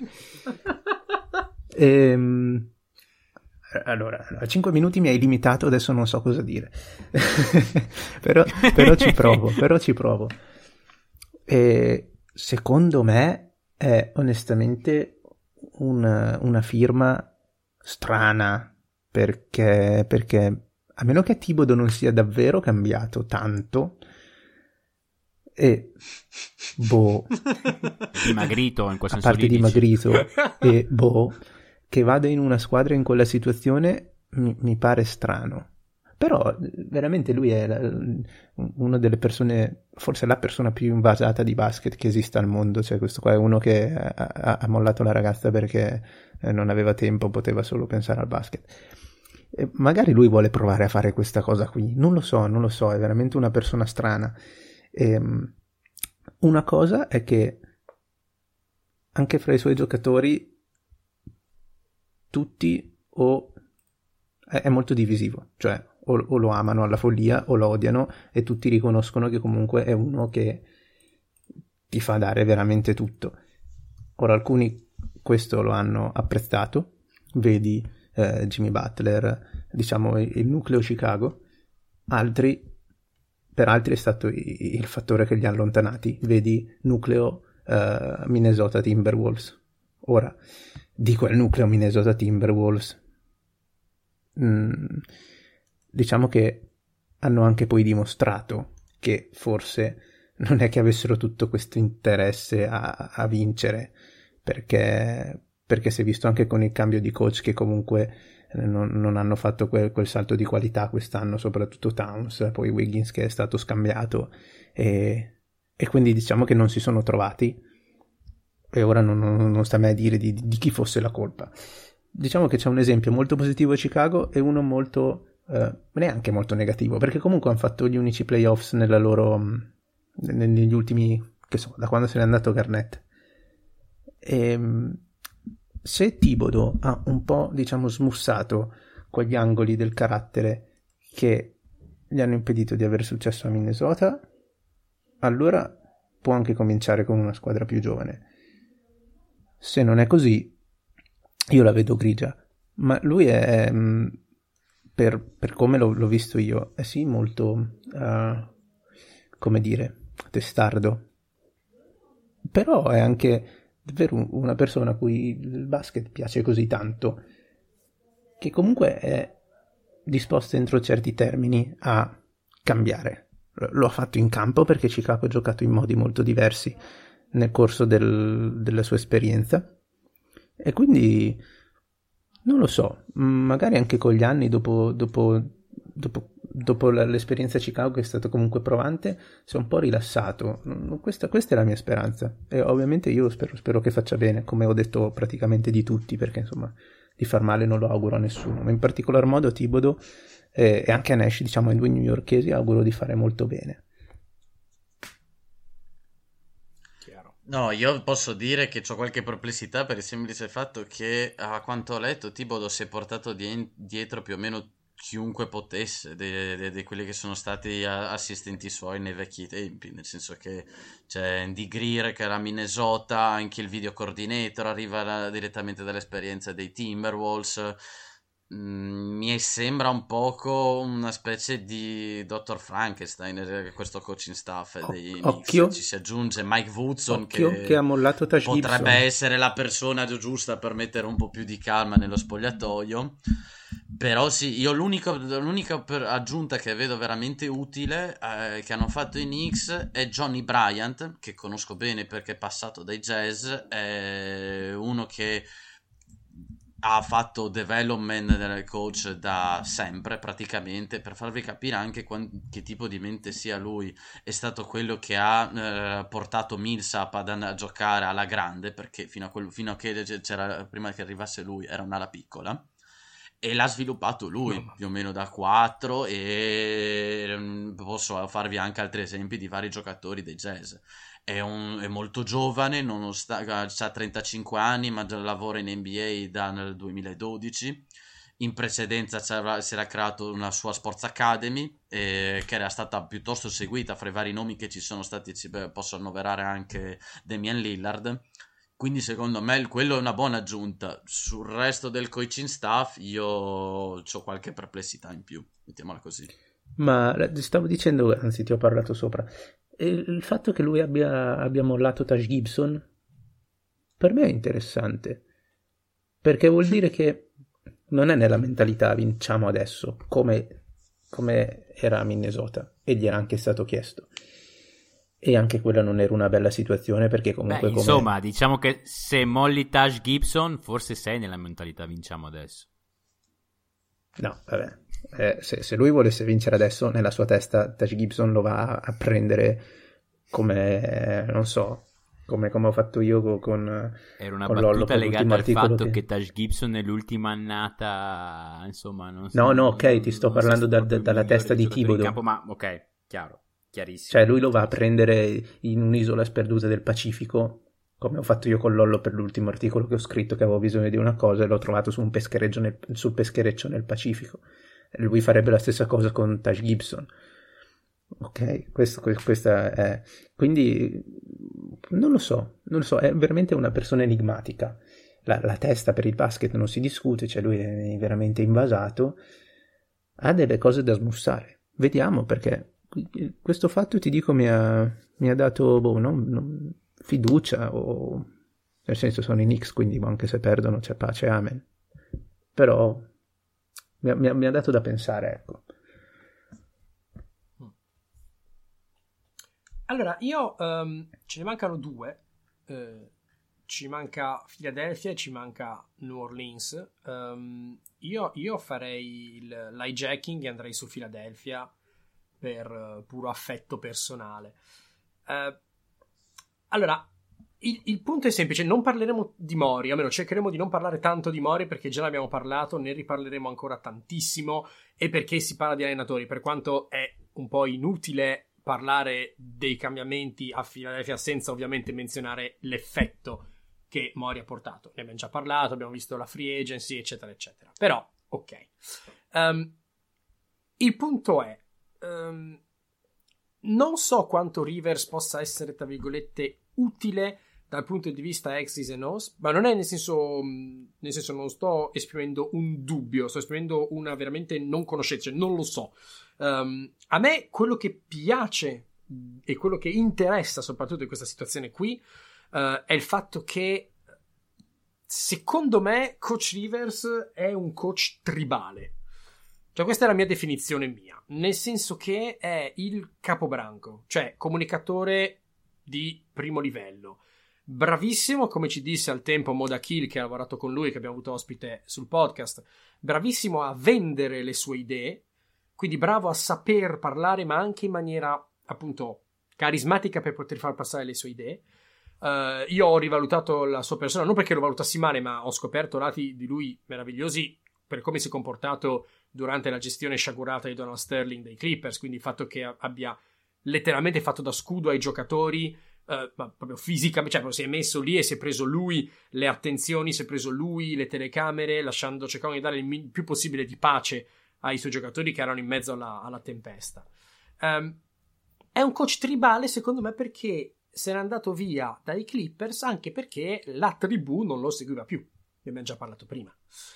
Speaker 4: ehm... Allora, a cinque minuti mi hai limitato, adesso non so cosa dire. però, però ci provo, però ci provo. E secondo me è onestamente una, una firma strana, perché, perché a meno che Thibodeau non sia davvero cambiato tanto, e boh,
Speaker 2: dimagrito in quel senso,
Speaker 4: a parte
Speaker 2: lì,
Speaker 4: dimagrito e boh, che vada in una squadra in quella situazione mi, mi pare strano. Però veramente lui è la, una delle persone, forse la persona più invasata di basket che esista al mondo. Cioè questo qua è uno che ha, ha mollato la ragazza perché non aveva tempo, poteva solo pensare al basket. E magari lui vuole provare a fare questa cosa qui, non lo so, non lo so, è veramente una persona strana. E, una cosa è che anche fra i suoi giocatori tutti o è, è molto divisivo, cioè o, o lo amano alla follia o lo odiano, e tutti riconoscono che comunque è uno che ti fa dare veramente tutto. Ora alcuni questo lo hanno apprezzato, vedi eh, Jimmy Butler, diciamo il nucleo Chicago, altri per altri è stato i- il fattore che li ha allontanati. Vedi nucleo uh, Minnesota Timberwolves. Ora, di quel nucleo Minnesota Timberwolves, mh, diciamo che hanno anche poi dimostrato che forse non è che avessero tutto questo interesse a, a vincere, perché, perché si è visto anche con il cambio di coach che comunque non, non hanno fatto quel, quel salto di qualità quest'anno, soprattutto Towns, poi Wiggins che è stato scambiato, e, e quindi diciamo che non si sono trovati, e ora non, non, non sta a me a dire di, di chi fosse la colpa. Diciamo che c'è un esempio molto positivo a Chicago e uno molto eh, neanche molto negativo, perché comunque hanno fatto gli unici playoffs nella loro negli ultimi, che so, da quando se n'è andato Garnett. E se Thibodeau ha un po', diciamo, smussato quegli angoli del carattere che gli hanno impedito di avere successo a Minnesota, allora può anche cominciare con una squadra più giovane. Se non è così, io la vedo grigia. Ma lui è, per, per come l'ho, l'ho visto io, è sì molto, uh, come dire, testardo, però è anche davvero una persona a cui il basket piace così tanto che comunque è disposta entro certi termini a cambiare. Lo ha fatto in campo perché Chicago ha giocato in modi molto diversi nel corso del, della sua esperienza, e quindi non lo so, magari anche con gli anni, dopo, dopo, dopo dopo l'esperienza a Chicago, che è stata comunque provante, si è un po' rilassato. Questa, questa è la mia speranza, e ovviamente io spero, spero che faccia bene, come ho detto praticamente di tutti, perché insomma di far male non lo auguro a nessuno, ma in particolar modo a Thibodeau eh, e anche a Nash, diciamo ai due newyorkesi, auguro di fare molto bene.
Speaker 3: No, io posso dire che ho qualche perplessità per il semplice fatto che, a quanto ho letto, Thibodeau si è portato die- dietro più o meno chiunque potesse di quelli che sono stati a- assistenti suoi nei vecchi tempi, nel senso che c'è Andy Greer che era a Minnesota, anche il video coordinator arriva da- direttamente dall'esperienza dei Timberwolves. Mm, mi sembra un poco una specie di dottor Frankenstein eh, questo coaching staff
Speaker 4: O-
Speaker 3: dei
Speaker 4: occhio,
Speaker 3: Knicks. Ci si aggiunge Mike Woodson
Speaker 4: occhio che
Speaker 3: che
Speaker 4: ha mollato Taj
Speaker 3: potrebbe
Speaker 4: Gibson.
Speaker 3: essere la persona giusta per mettere un po' più di calma nello spogliatoio. Però sì, io l'unico- l'unica per- aggiunta che vedo veramente utile eh, che hanno fatto i Knicks è Johnny Bryant, che conosco bene perché è passato dai Jazz, è uno che ha fatto development del coach da sempre praticamente, per farvi capire anche quan- che tipo di mente sia lui. È stato quello che ha eh, portato Millsap ad andare a giocare alla grande, perché fino a, quel- fino a che c'era, prima che arrivasse lui era un'ala piccola, e l'ha sviluppato lui
Speaker 1: Mamma.
Speaker 3: più o meno da quattro, e mm, posso farvi anche altri esempi di vari giocatori dei Jazz. È, un- è molto giovane, ha trentacinque anni, ma già lavora in N B A dal duemiladodici. In precedenza c'era- si era creato una sua Sports Academy, eh, che era stata piuttosto seguita fra i vari nomi che ci sono stati. Ci beh, posso annoverare anche Damian Lillard. Quindi secondo me il- quello è una buona aggiunta. Sul resto del coaching staff io ho qualche perplessità in più, mettiamola così.
Speaker 4: Ma eh, stavo dicendo, anzi ti ho parlato sopra, e il fatto che lui abbia, abbia mollato Taj Gibson per me è interessante, perché vuol dire che non è nella mentalità vinciamo adesso come, come era a Minnesota, e gli era anche stato chiesto, e anche quella non era una bella situazione, perché comunque
Speaker 2: Beh,
Speaker 4: come...
Speaker 2: insomma, diciamo che se molli Taj Gibson, forse sei nella mentalità vinciamo adesso.
Speaker 4: No, vabbè, eh, se, se lui volesse vincere adesso, nella sua testa Taj Gibson lo va a, a prendere come, eh, non so, come, come ho fatto io con, con
Speaker 2: Era una
Speaker 4: con Lollo
Speaker 2: battuta
Speaker 4: per
Speaker 2: legata
Speaker 4: l'ultimo
Speaker 2: al
Speaker 4: articolo
Speaker 2: fatto
Speaker 4: che...
Speaker 2: che Taj Gibson nell'ultima annata, insomma, non
Speaker 4: No,
Speaker 2: so,
Speaker 4: no, ok, ti sto
Speaker 2: non sia
Speaker 4: parlando
Speaker 2: stato
Speaker 4: da-
Speaker 2: proprio
Speaker 4: da-
Speaker 2: il
Speaker 4: dalla
Speaker 2: migliore
Speaker 4: testa
Speaker 2: dei
Speaker 4: di
Speaker 2: giocatori in
Speaker 4: Thibodeau.
Speaker 2: campo, ma ok, chiaro, chiarissimo.
Speaker 4: Cioè lui lo va a prendere in un'isola sperduta del Pacifico, come ho fatto io con Lollo per l'ultimo articolo che ho scritto, che avevo bisogno di una cosa e l'ho trovato su un peschereccio nel, sul peschereccio nel Pacifico. Lui farebbe la stessa cosa con Taj Gibson. Ok, questo, questa è... Quindi non lo so, non lo so, è veramente una persona enigmatica. La, la testa per il basket non si discute, cioè lui è veramente invasato, ha delle cose da smussare. Vediamo, perché questo fatto, ti dico, mi ha, mi ha dato boh, no, no, fiducia, o nel senso sono i Knicks, quindi anche se perdono c'è pace, amen. Però mi ha, mi ha, mi ha dato da pensare, ecco.
Speaker 1: Allora, io um, ce ne mancano due. Eh, ci manca Philadelphia e ci manca New Orleans. Um, io, io farei il, l'hijacking e andrei su Philadelphia per uh, puro affetto personale. Uh, allora, il, il punto è semplice: non parleremo di Mori, almeno cercheremo di non parlare tanto di Mori, perché già ne abbiamo parlato, ne riparleremo ancora tantissimo, e perché si parla di allenatori, per quanto è un po' inutile parlare dei cambiamenti a Philadelphia senza ovviamente menzionare l'effetto che Mori ha portato. Ne abbiamo già parlato, abbiamo visto la free agency, eccetera eccetera. Però, ok. Um, il punto è, um, non so quanto Rivers possa essere, tra virgolette, utile dal punto di vista X's and O's, ma non è nel senso, nel senso non sto esprimendo un dubbio, sto esprimendo una veramente non conoscenza, cioè non lo so. Um, a me quello che piace e quello che interessa soprattutto in questa situazione qui uh, è il fatto che secondo me Coach Rivers è un coach tribale. Cioè, questa è la mia definizione mia, nel senso che è il capobranco, cioè comunicatore di primo livello, bravissimo, come ci disse al tempo Moda Kill, che ha lavorato con lui, che abbiamo avuto ospite sul podcast, bravissimo a vendere le sue idee, quindi bravo a saper parlare, ma anche in maniera appunto carismatica per poter far passare le sue idee. Uh, io ho rivalutato la sua persona, non perché lo valutassi male, ma ho scoperto lati di lui meravigliosi per come si è comportato durante la gestione sciagurata di Donald Sterling dei Clippers, quindi il fatto che abbia letteralmente fatto da scudo ai giocatori, uh, ma proprio fisicamente, cioè si è messo lì e si è preso lui le attenzioni, si è preso lui le telecamere, lasciando, cercando di dare il più possibile di pace ai suoi giocatori che erano in mezzo alla, alla tempesta. Um, è un coach tribale secondo me perché se n'è andato via dai Clippers, anche perché la tribù non lo seguiva più, ne abbiamo già parlato prima.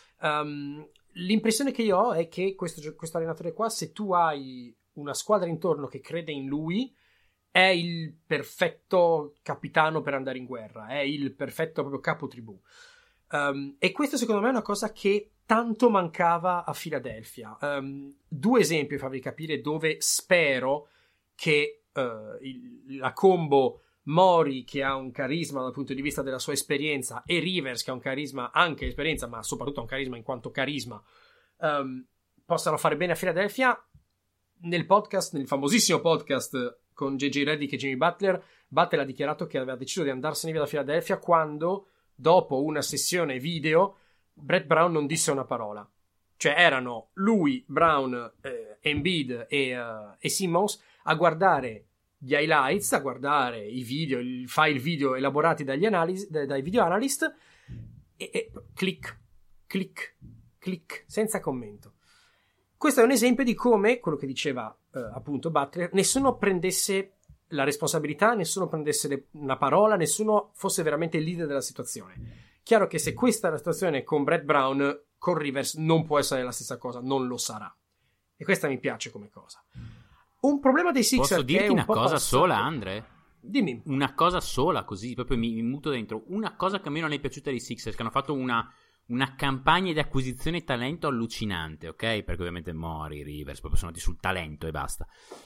Speaker 1: Um, l'impressione che io ho è che questo, questo allenatore qua, se tu hai una squadra intorno che crede in lui, è il perfetto capitano per andare in guerra, è il perfetto proprio capo tribù. Um, e questo secondo me è una cosa che tanto mancava a Philadelphia. Um, due esempi per farvi capire dove spero che uh, il, la combo Mori, che ha un carisma dal punto di vista della sua esperienza, e Rivers, che ha un carisma anche esperienza, ma soprattutto un carisma in quanto carisma, um, possano fare bene a Philadelphia. Nel podcast, nel famosissimo podcast con J J Redick e Jimmy Butler, Butler ha dichiarato che aveva deciso di andarsene via da Philadelphia quando, dopo una sessione video, Brett Brown non disse una parola. Cioè erano lui, Brown, eh, Embiid e, uh, e Simmons a guardare gli highlights, a guardare i video, i file video elaborati dagli analisi, dai video analyst, e, e click, click, click, senza commento. Questo è un esempio di come, quello che diceva eh, appunto Butler, nessuno prendesse la responsabilità, nessuno prendesse le, una parola, nessuno fosse veramente il leader della situazione. Chiaro che se questa è la situazione con Brett Brown, con Rivers non può essere la stessa cosa, non lo sarà. E questa mi piace come cosa. Un problema dei Sixers.
Speaker 2: Posso dirti
Speaker 1: è un
Speaker 2: una
Speaker 1: po'
Speaker 2: cosa
Speaker 1: passato.
Speaker 2: sola, Andre?
Speaker 1: Dimmi.
Speaker 2: Una cosa sola, così proprio mi, mi muto dentro. Una cosa che a me non è piaciuta dei Sixers, che hanno fatto una, una campagna di acquisizione di talento allucinante, ok? Perché ovviamente Mori, Rivers, proprio sono andati sul talento e basta.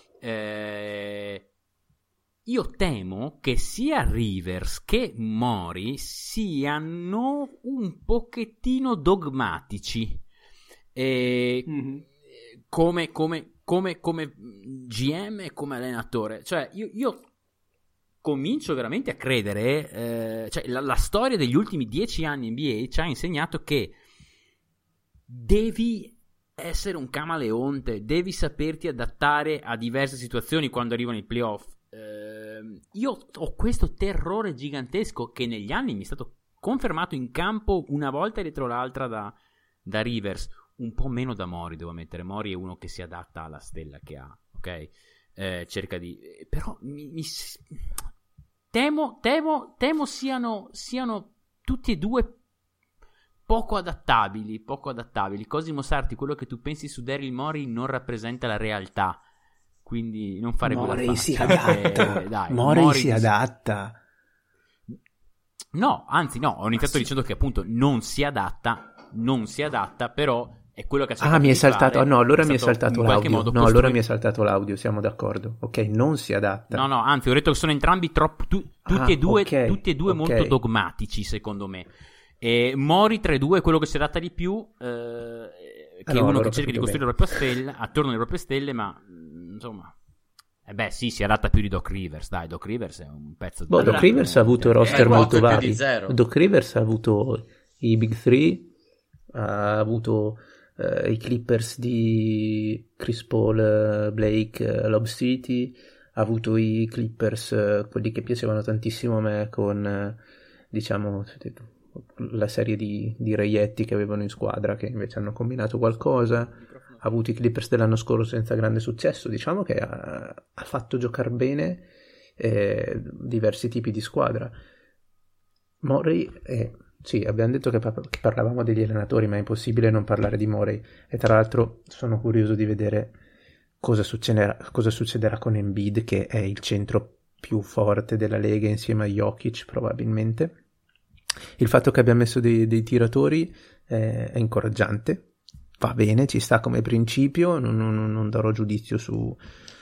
Speaker 2: Eh... Io temo che sia Rivers che Mori siano un pochettino dogmatici. E... Mm-hmm. Come, come, come, come G M e come allenatore. Cioè, io, io comincio veramente a credere, eh, cioè la, la storia degli ultimi dieci anni in N B A ci ha insegnato che devi essere un camaleonte, devi saperti adattare a diverse situazioni quando arrivano i playoff. Eh, io ho questo terrore gigantesco che negli anni mi è stato confermato in campo una volta dietro l'altra da, da Rivers. Un po' meno da Mori, devo ammettere. Mori è uno che si adatta alla stella che ha, ok? Eh, cerca di... Però mi, mi... Temo, temo, temo siano, siano tutti e due poco adattabili, poco adattabili. Cosimo Sarti, quello che tu pensi su Daryl Morey non rappresenta la realtà quindi non fare quella
Speaker 4: Morey
Speaker 2: faccia.
Speaker 4: si adatta,
Speaker 2: eh, dai,
Speaker 4: Morey
Speaker 2: Morey
Speaker 4: si
Speaker 2: dis-
Speaker 4: adatta.
Speaker 2: No, anzi no, ho iniziato dicendo che appunto non si adatta, non si adatta, però è quello che ha cercato
Speaker 4: Ah, mi è
Speaker 2: di
Speaker 4: saltato,
Speaker 2: fare,
Speaker 4: oh, no, allora
Speaker 2: è
Speaker 4: mi è
Speaker 2: stato
Speaker 4: saltato
Speaker 2: in qualche
Speaker 4: l'audio.
Speaker 2: modo
Speaker 4: No, allora
Speaker 2: costruire-
Speaker 4: mi è saltato l'audio, siamo d'accordo. Ok, non si adatta.
Speaker 2: No, no, anzi, ho detto che sono entrambi troppo tu- tutti,
Speaker 4: Ah,
Speaker 2: e due,
Speaker 4: ok,
Speaker 2: tutti e due
Speaker 4: ok.
Speaker 2: molto dogmatici, secondo me. E Mori tre due è quello che si adatta di più, eh, che
Speaker 4: Ah,
Speaker 2: è
Speaker 4: no,
Speaker 2: uno
Speaker 4: allora
Speaker 2: che cerca di
Speaker 4: ho capito
Speaker 2: costruire la propria stella, attorno alle proprie stelle, ma mh, insomma... Eh beh, sì, si adatta più di Doc Rivers, dai, Doc Rivers è un pezzo di...
Speaker 4: Boh, Doc Rivers ha avuto roster
Speaker 3: è
Speaker 4: molto
Speaker 3: molto più
Speaker 4: vari.
Speaker 3: di zero.
Speaker 4: Doc Rivers ha avuto i Big Three, ha avuto eh, i Clippers di Chris Paul, eh, Blake, eh, Lob City, ha avuto i Clippers, eh, quelli che piacevano tantissimo a me, con eh, diciamo la serie di, di reietti che avevano in squadra, che invece hanno combinato qualcosa. Ha avuto i Clippers dell'anno scorso senza grande successo. Diciamo che ha, ha fatto giocare bene eh, diversi tipi di squadra. Morey, eh, sì, abbiamo detto che, par- che parlavamo degli allenatori, ma è impossibile non parlare di Morey. E tra l'altro sono curioso di vedere cosa succederà, cosa succederà con Embiid, che è il centro più forte della Lega insieme a Jokic probabilmente. Il fatto che abbia messo dei, dei tiratori eh, è incoraggiante. Va bene, ci sta come principio, non, non, non darò giudizio su,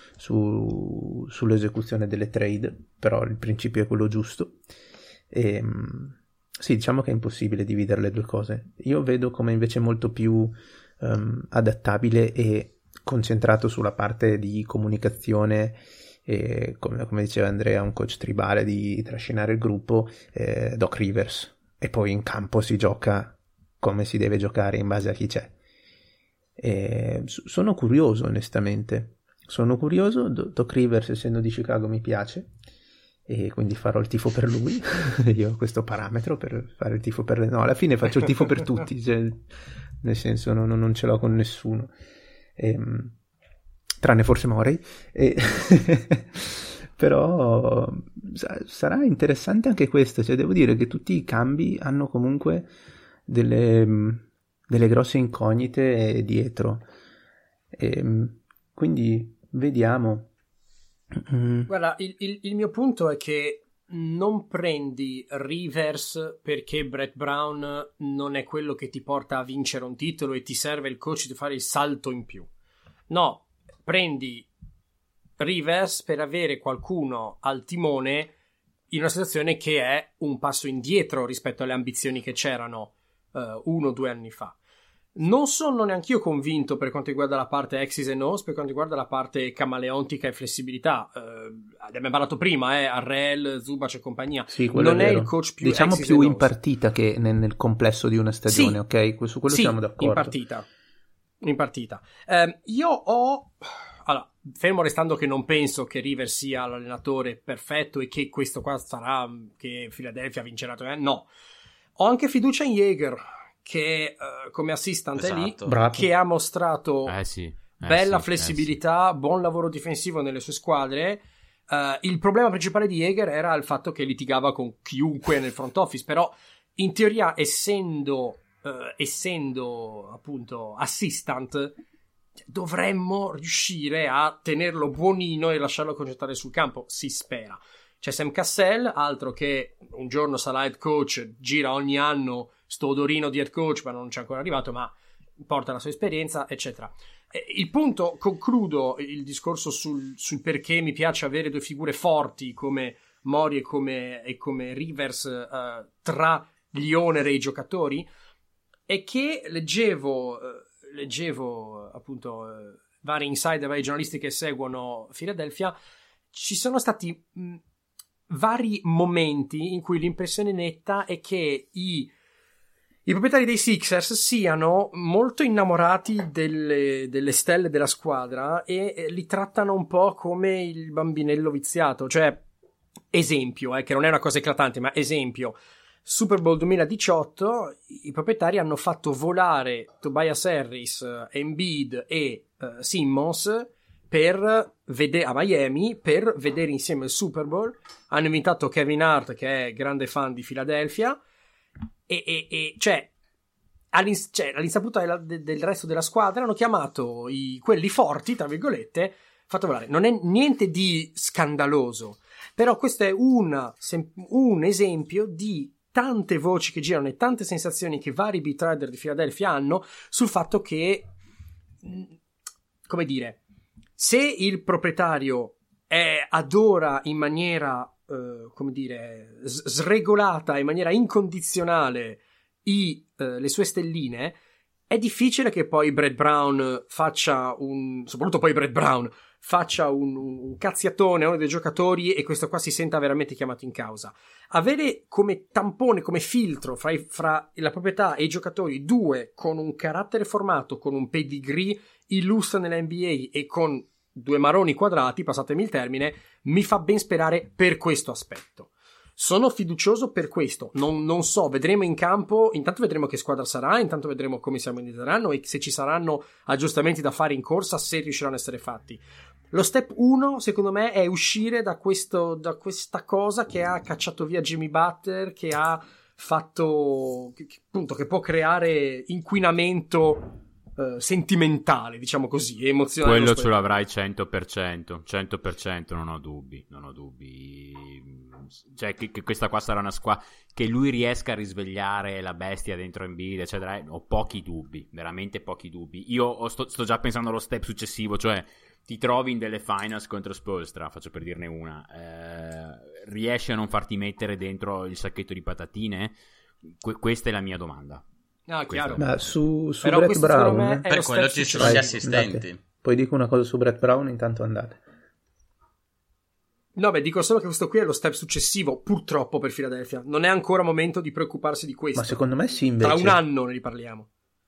Speaker 4: su, sull'esecuzione delle trade, però il principio è quello giusto. E, sì, diciamo che è impossibile dividere le due cose. Io vedo come invece molto più um, adattabile e concentrato sulla parte di comunicazione e, come, come diceva Andrea, un coach tribale di trascinare il gruppo, eh, Doc Rivers, e poi in campo si gioca come si deve giocare in base a chi c'è. E sono curioso, onestamente sono curioso. Doc Rivers, essendo di Chicago, mi piace e quindi farò il tifo per lui. Io ho questo parametro per fare il tifo per no, alla fine faccio il tifo per tutti, cioè, nel senso non, non ce l'ho con nessuno, e, tranne forse Morey, e però sarà interessante anche questo, cioè devo dire che tutti i cambi hanno comunque delle delle grosse incognite dietro, e quindi vediamo. Mm.
Speaker 1: Guarda, il, il, il mio punto è che non prendi Rivers perché Brett Brown non è quello che ti porta a vincere un titolo e ti serve il coach di fare il salto in più. No, prendi Rivers per avere qualcuno al timone in una situazione che è un passo indietro rispetto alle ambizioni che c'erano uh, uno o due anni fa. Non sono neanch'io convinto per quanto riguarda la parte X's and O's, per quanto riguarda la parte camaleontica e flessibilità. Uh, abbiamo parlato prima, eh, Arrel, Zubac e compagnia.
Speaker 4: Sì,
Speaker 1: non
Speaker 4: è,
Speaker 1: è il coach più
Speaker 4: diciamo
Speaker 1: X's
Speaker 4: più
Speaker 1: and
Speaker 4: in
Speaker 1: O's.
Speaker 4: partita che nel, nel complesso di una stagione,
Speaker 1: sì,
Speaker 4: ok? Su quello
Speaker 1: sì,
Speaker 4: siamo d'accordo.
Speaker 1: in partita. In partita. Um, io ho... Allora, fermo restando che non penso che Rivers sia l'allenatore perfetto e che questo qua sarà, che Philadelphia vincerà, no. Ho anche fiducia in Jaeger, che uh, come assistant
Speaker 3: esatto.
Speaker 1: è lì,
Speaker 4: Bravo.
Speaker 1: che ha mostrato
Speaker 2: eh sì, eh
Speaker 1: bella
Speaker 2: sì,
Speaker 1: flessibilità,
Speaker 2: eh sì.
Speaker 1: buon lavoro difensivo nelle sue squadre. Uh, il problema principale di Jaeger era il fatto che litigava con chiunque nel front office, però in teoria essendo uh, essendo appunto assistant dovremmo riuscire a tenerlo buonino e lasciarlo concentrare sul campo, si spera. C'è Sam Cassell, altro che un giorno sarà head coach, gira ogni anno sto odorino di head coach, ma non c'è ancora arrivato, ma porta la sua esperienza, eccetera. Il punto, concludo il discorso sul, sul perché mi piace avere due figure forti come Mori e come, e come Rivers uh, tra gli owner e i giocatori, è che leggevo, uh, leggevo appunto uh, vari insider, vari giornalisti che seguono Philadelphia, ci sono stati mh, vari momenti in cui l'impressione netta è che i I proprietari dei Sixers siano molto innamorati delle, delle stelle della squadra e li trattano un po' come il bambinello viziato. Cioè, esempio, eh, che non è una cosa eclatante, ma esempio, Super Bowl duemiladiciotto, i proprietari hanno fatto volare Tobias Harris, Embiid e uh, Simmons per vedere a Miami per vedere insieme il Super Bowl. Hanno invitato Kevin Hart, che è grande fan di Philadelphia. E, e, e cioè, all'ins- cioè all'insaputa del, del resto della squadra hanno chiamato i, quelli forti, tra virgolette, fatto volare. Non è niente di scandaloso, però questo è una, un esempio di tante voci che girano e tante sensazioni che vari beat writer di Philadelphia hanno sul fatto che, come dire, se il proprietario è, adora in maniera, eh, come dire, s- sregolata, in maniera incondizionale i, eh, le sue stelline, è difficile che poi Brett Brown faccia un, soprattutto poi Brett Brown, faccia un, un cazziatone a uno dei giocatori e questo qua si senta veramente chiamato in causa. Avere come tampone, come filtro fra, i, fra la proprietà e i giocatori due con un carattere formato, con un pedigree illustre nella N B A e con due maroni quadrati, passatemi il termine, mi fa ben sperare per questo aspetto. Sono fiducioso per questo, non, non so, vedremo in campo, intanto vedremo che squadra sarà, intanto vedremo come si amministreranno e se ci saranno aggiustamenti da fare in corsa, se riusciranno a essere fatti. Lo step uno, secondo me, è uscire da questo, da questa cosa che ha cacciato via Jimmy Butler, che ha fatto, che, appunto, che può creare inquinamento Uh, sentimentale, diciamo così, emozionale.
Speaker 2: Quello ce l'avrai cento per cento, cento per cento, non ho dubbi, non ho dubbi. Cioè che, che questa qua sarà una squadra, che lui riesca a risvegliare la bestia dentro Embiid, eccetera, eh, ho pochi dubbi, veramente pochi dubbi. Io ho, sto, sto già pensando allo step successivo, cioè ti trovi in delle finals contro Spoelstra, faccio per dirne una, eh, riesci a non farti mettere dentro il sacchetto di patatine? Que- questa è la mia domanda.
Speaker 1: Ah, chiaro.
Speaker 4: Ma su, su
Speaker 1: Però
Speaker 4: Brett Brown,
Speaker 3: per quello ci sono gli assistenti.
Speaker 4: Andate. Poi dico una cosa su Brett Brown, intanto andate.
Speaker 1: No, beh, dico solo che questo qui è lo step successivo, purtroppo, per Philadelphia. Non è ancora momento di preoccuparsi di questo.
Speaker 4: Ma secondo me sì, invece.
Speaker 1: Tra un anno ne riparliamo.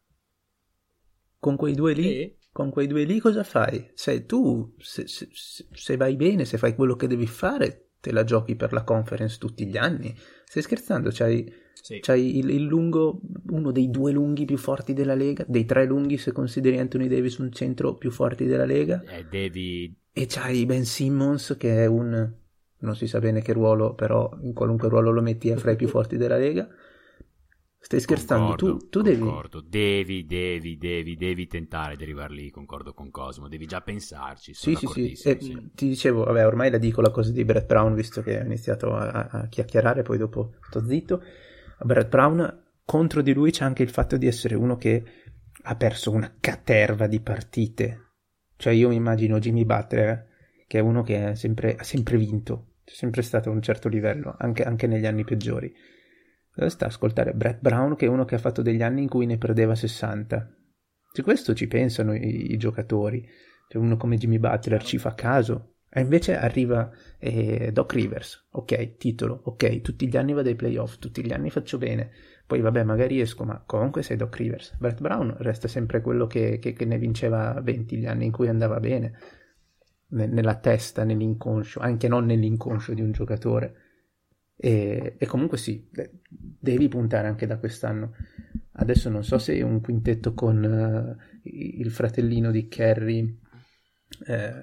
Speaker 4: Con quei due lì,
Speaker 1: e?
Speaker 4: con quei due lì cosa fai? Se tu, se, se, se vai bene, se fai quello che devi fare, te la giochi per la conference tutti gli anni. Stai scherzando? C'hai... Sì. C'hai il, il lungo, uno dei due lunghi più forti della Lega, dei tre lunghi se consideri Anthony Davis un centro più forti della Lega,
Speaker 2: eh, devi...
Speaker 4: e c'hai Ben Simmons che è un, non si sa bene che ruolo, però in qualunque ruolo lo metti è fra i più forti della Lega. Stai scherzando?
Speaker 2: Concordo,
Speaker 4: tu, tu devi...
Speaker 2: concordo. devi devi devi devi tentare di arrivare lì, concordo con Cosmo, devi già pensarci. Sono
Speaker 4: sì sì sì, e sì. Ti dicevo, vabbè, ormai la dico la cosa di Brett Brown, visto che ho iniziato a, a chiacchierare, poi dopo sto zitto. Brett Brown, contro di lui c'è anche il fatto di essere uno che ha perso una caterva di partite. Cioè io mi immagino Jimmy Butler, che è uno che è sempre, ha sempre vinto, è sempre stato a un certo livello, anche, anche negli anni peggiori. Dove sta a ascoltare Brett Brown, che è uno che ha fatto degli anni in cui ne perdeva sessanta. Su questo ci pensano i, i giocatori. Cioè uno come Jimmy Butler ci fa caso. E invece arriva eh, Doc Rivers, ok, titolo, ok, tutti gli anni vado ai playoff, tutti gli anni faccio bene, poi vabbè magari esco, ma comunque sei Doc Rivers. Brett Brown resta sempre quello che, che, che ne vinceva venti gli anni in cui andava bene, ne, nella testa, nell'inconscio, anche non nell'inconscio di un giocatore. E, e comunque sì, devi puntare anche da quest'anno. Adesso non so se un quintetto con uh, il fratellino di Curry eh,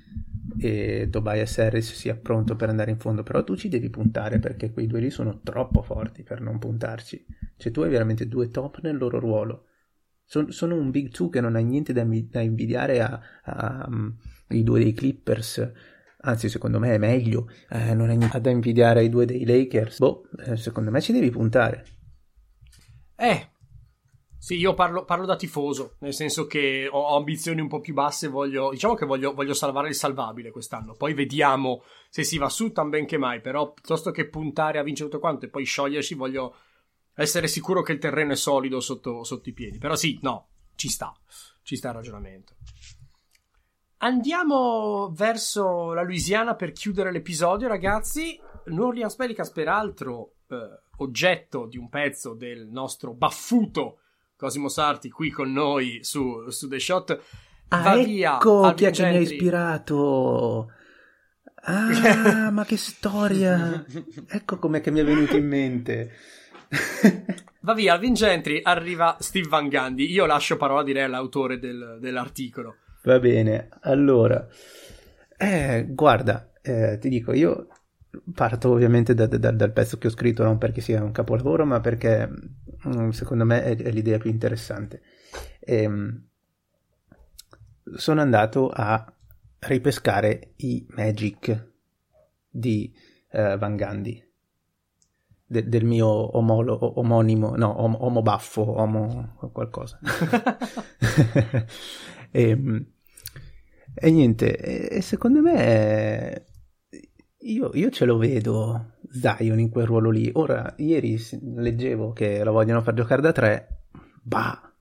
Speaker 4: e Tobias Harris sia pronto per andare in fondo, però tu ci devi puntare, perché quei due lì sono troppo forti per non puntarci. Cioè tu hai veramente due top nel loro ruolo. Son, sono un big two che non ha niente da, da invidiare a, a, um, i due dei Clippers, anzi secondo me è meglio, eh, non ha niente da invidiare ai due dei Lakers. Boh, eh, secondo me ci devi puntare.
Speaker 1: Eh Sì, io parlo, parlo da tifoso, nel senso che ho, ho ambizioni un po' più basse, voglio, diciamo che voglio, voglio salvare il salvabile quest'anno, poi vediamo se si va su tan ben che mai, però piuttosto che puntare a vincere tutto quanto e poi sciogliersi, voglio essere sicuro che il terreno è solido sotto, sotto i piedi. Però sì, no, ci sta, ci sta il ragionamento. Andiamo verso la Louisiana per chiudere l'episodio, ragazzi. New Orleans Pelicans, peraltro eh, oggetto di un pezzo del nostro baffuto Cosimo Sarti qui con noi su, su The Shot. Va
Speaker 4: ah,
Speaker 1: via
Speaker 4: ecco chi è che mi ha ispirato. Ah, ma che storia. Ecco com'è che mi è venuto in mente.
Speaker 1: Va via Alvin Gentry, arriva Steve Van Gundy. Io lascio parola direi all'autore del, dell'articolo.
Speaker 4: Va bene, allora eh, guarda, eh, ti dico, io parto ovviamente da, da, dal pezzo che ho scritto, non perché sia un capolavoro, ma perché mh, secondo me è, è l'idea più interessante. E, mh, sono andato a ripescare i Magic di uh, Van Gundy, de- del mio omolo- omonimo, no, om- omo baffo, omo qualcosa. e, e niente, e, e secondo me io, io ce lo vedo Zion in quel ruolo lì. Ora, ieri leggevo che lo vogliono far giocare da tre, bah,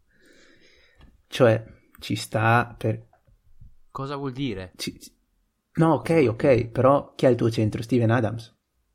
Speaker 4: cioè ci sta per...
Speaker 2: Cosa vuol dire?
Speaker 4: Ci... No, ok, ok, però chi è il tuo centro? Steven Adams?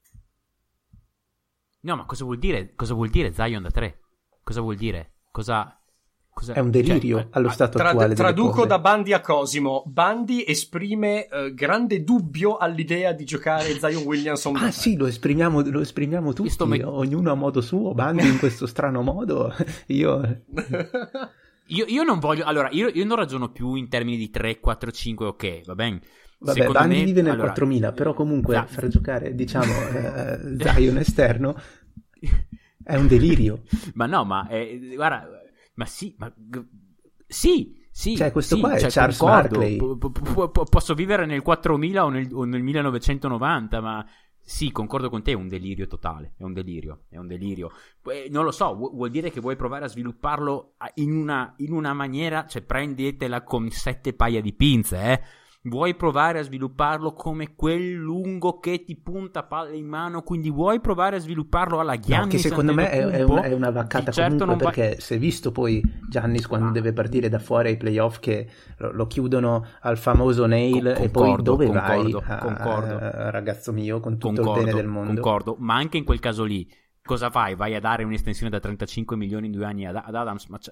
Speaker 2: No, ma cosa vuol dire? Cosa vuol dire Zion da tre? Cosa vuol dire? Cosa... cosa...
Speaker 4: È un delirio cioè, allo stato
Speaker 1: tra-
Speaker 4: attuale delle
Speaker 1: Traduco
Speaker 4: cose.
Speaker 1: da Bandi a Cosimo. Bandi esprime eh, grande dubbio all'idea di giocare Zion Williamson.
Speaker 4: Ah sì, lo esprimiamo, lo esprimiamo tutti, me... ognuno a modo suo, Bandi in questo strano modo. Io...
Speaker 2: io... Io non voglio... Allora, io, io non ragiono più in termini di tre, quattro, cinque, ok, va bene.
Speaker 4: Vabbè,
Speaker 2: Secondo
Speaker 4: Bandi
Speaker 2: me...
Speaker 4: vive nel
Speaker 2: allora...
Speaker 4: quattromila, però comunque
Speaker 2: da...
Speaker 4: far giocare, diciamo, eh, Zion esterno è un delirio.
Speaker 2: Ma no, ma... Eh, guarda... Ma sì, ma... Sì, sì.
Speaker 4: Cioè, questo
Speaker 2: sì,
Speaker 4: qua è
Speaker 2: cioè,
Speaker 4: Charles
Speaker 2: concordo.
Speaker 4: Barkley.
Speaker 2: P- p- p- posso vivere nel quattromila o nel, o nel millenovecentonovanta, ma... Sì, concordo con te, è un delirio totale, è un delirio, è un delirio. Eh, non lo so, vu- vuol dire che vuoi provare a svilupparlo in una, in una maniera, cioè prendetela con sette paia di pinze, eh. Vuoi provare a svilupparlo come quel lungo che ti punta palle in mano, quindi vuoi provare a svilupparlo alla Giannis?
Speaker 4: No, che secondo me è, è, una, è una vaccata
Speaker 2: certo
Speaker 4: comunque,
Speaker 2: non
Speaker 4: perché va... si è visto poi Giannis quando ah. deve partire da fuori ai playoff che lo, lo chiudono al famoso nail con, e poi dove
Speaker 2: concordo,
Speaker 4: vai
Speaker 2: concordo.
Speaker 4: A, ragazzo mio, con tutto
Speaker 2: concordo,
Speaker 4: il bene del mondo.
Speaker 2: Concordo, ma anche in quel caso lì cosa fai? Vai a dare un'estensione da trentacinque milioni in due anni ad, ad Adams? Ma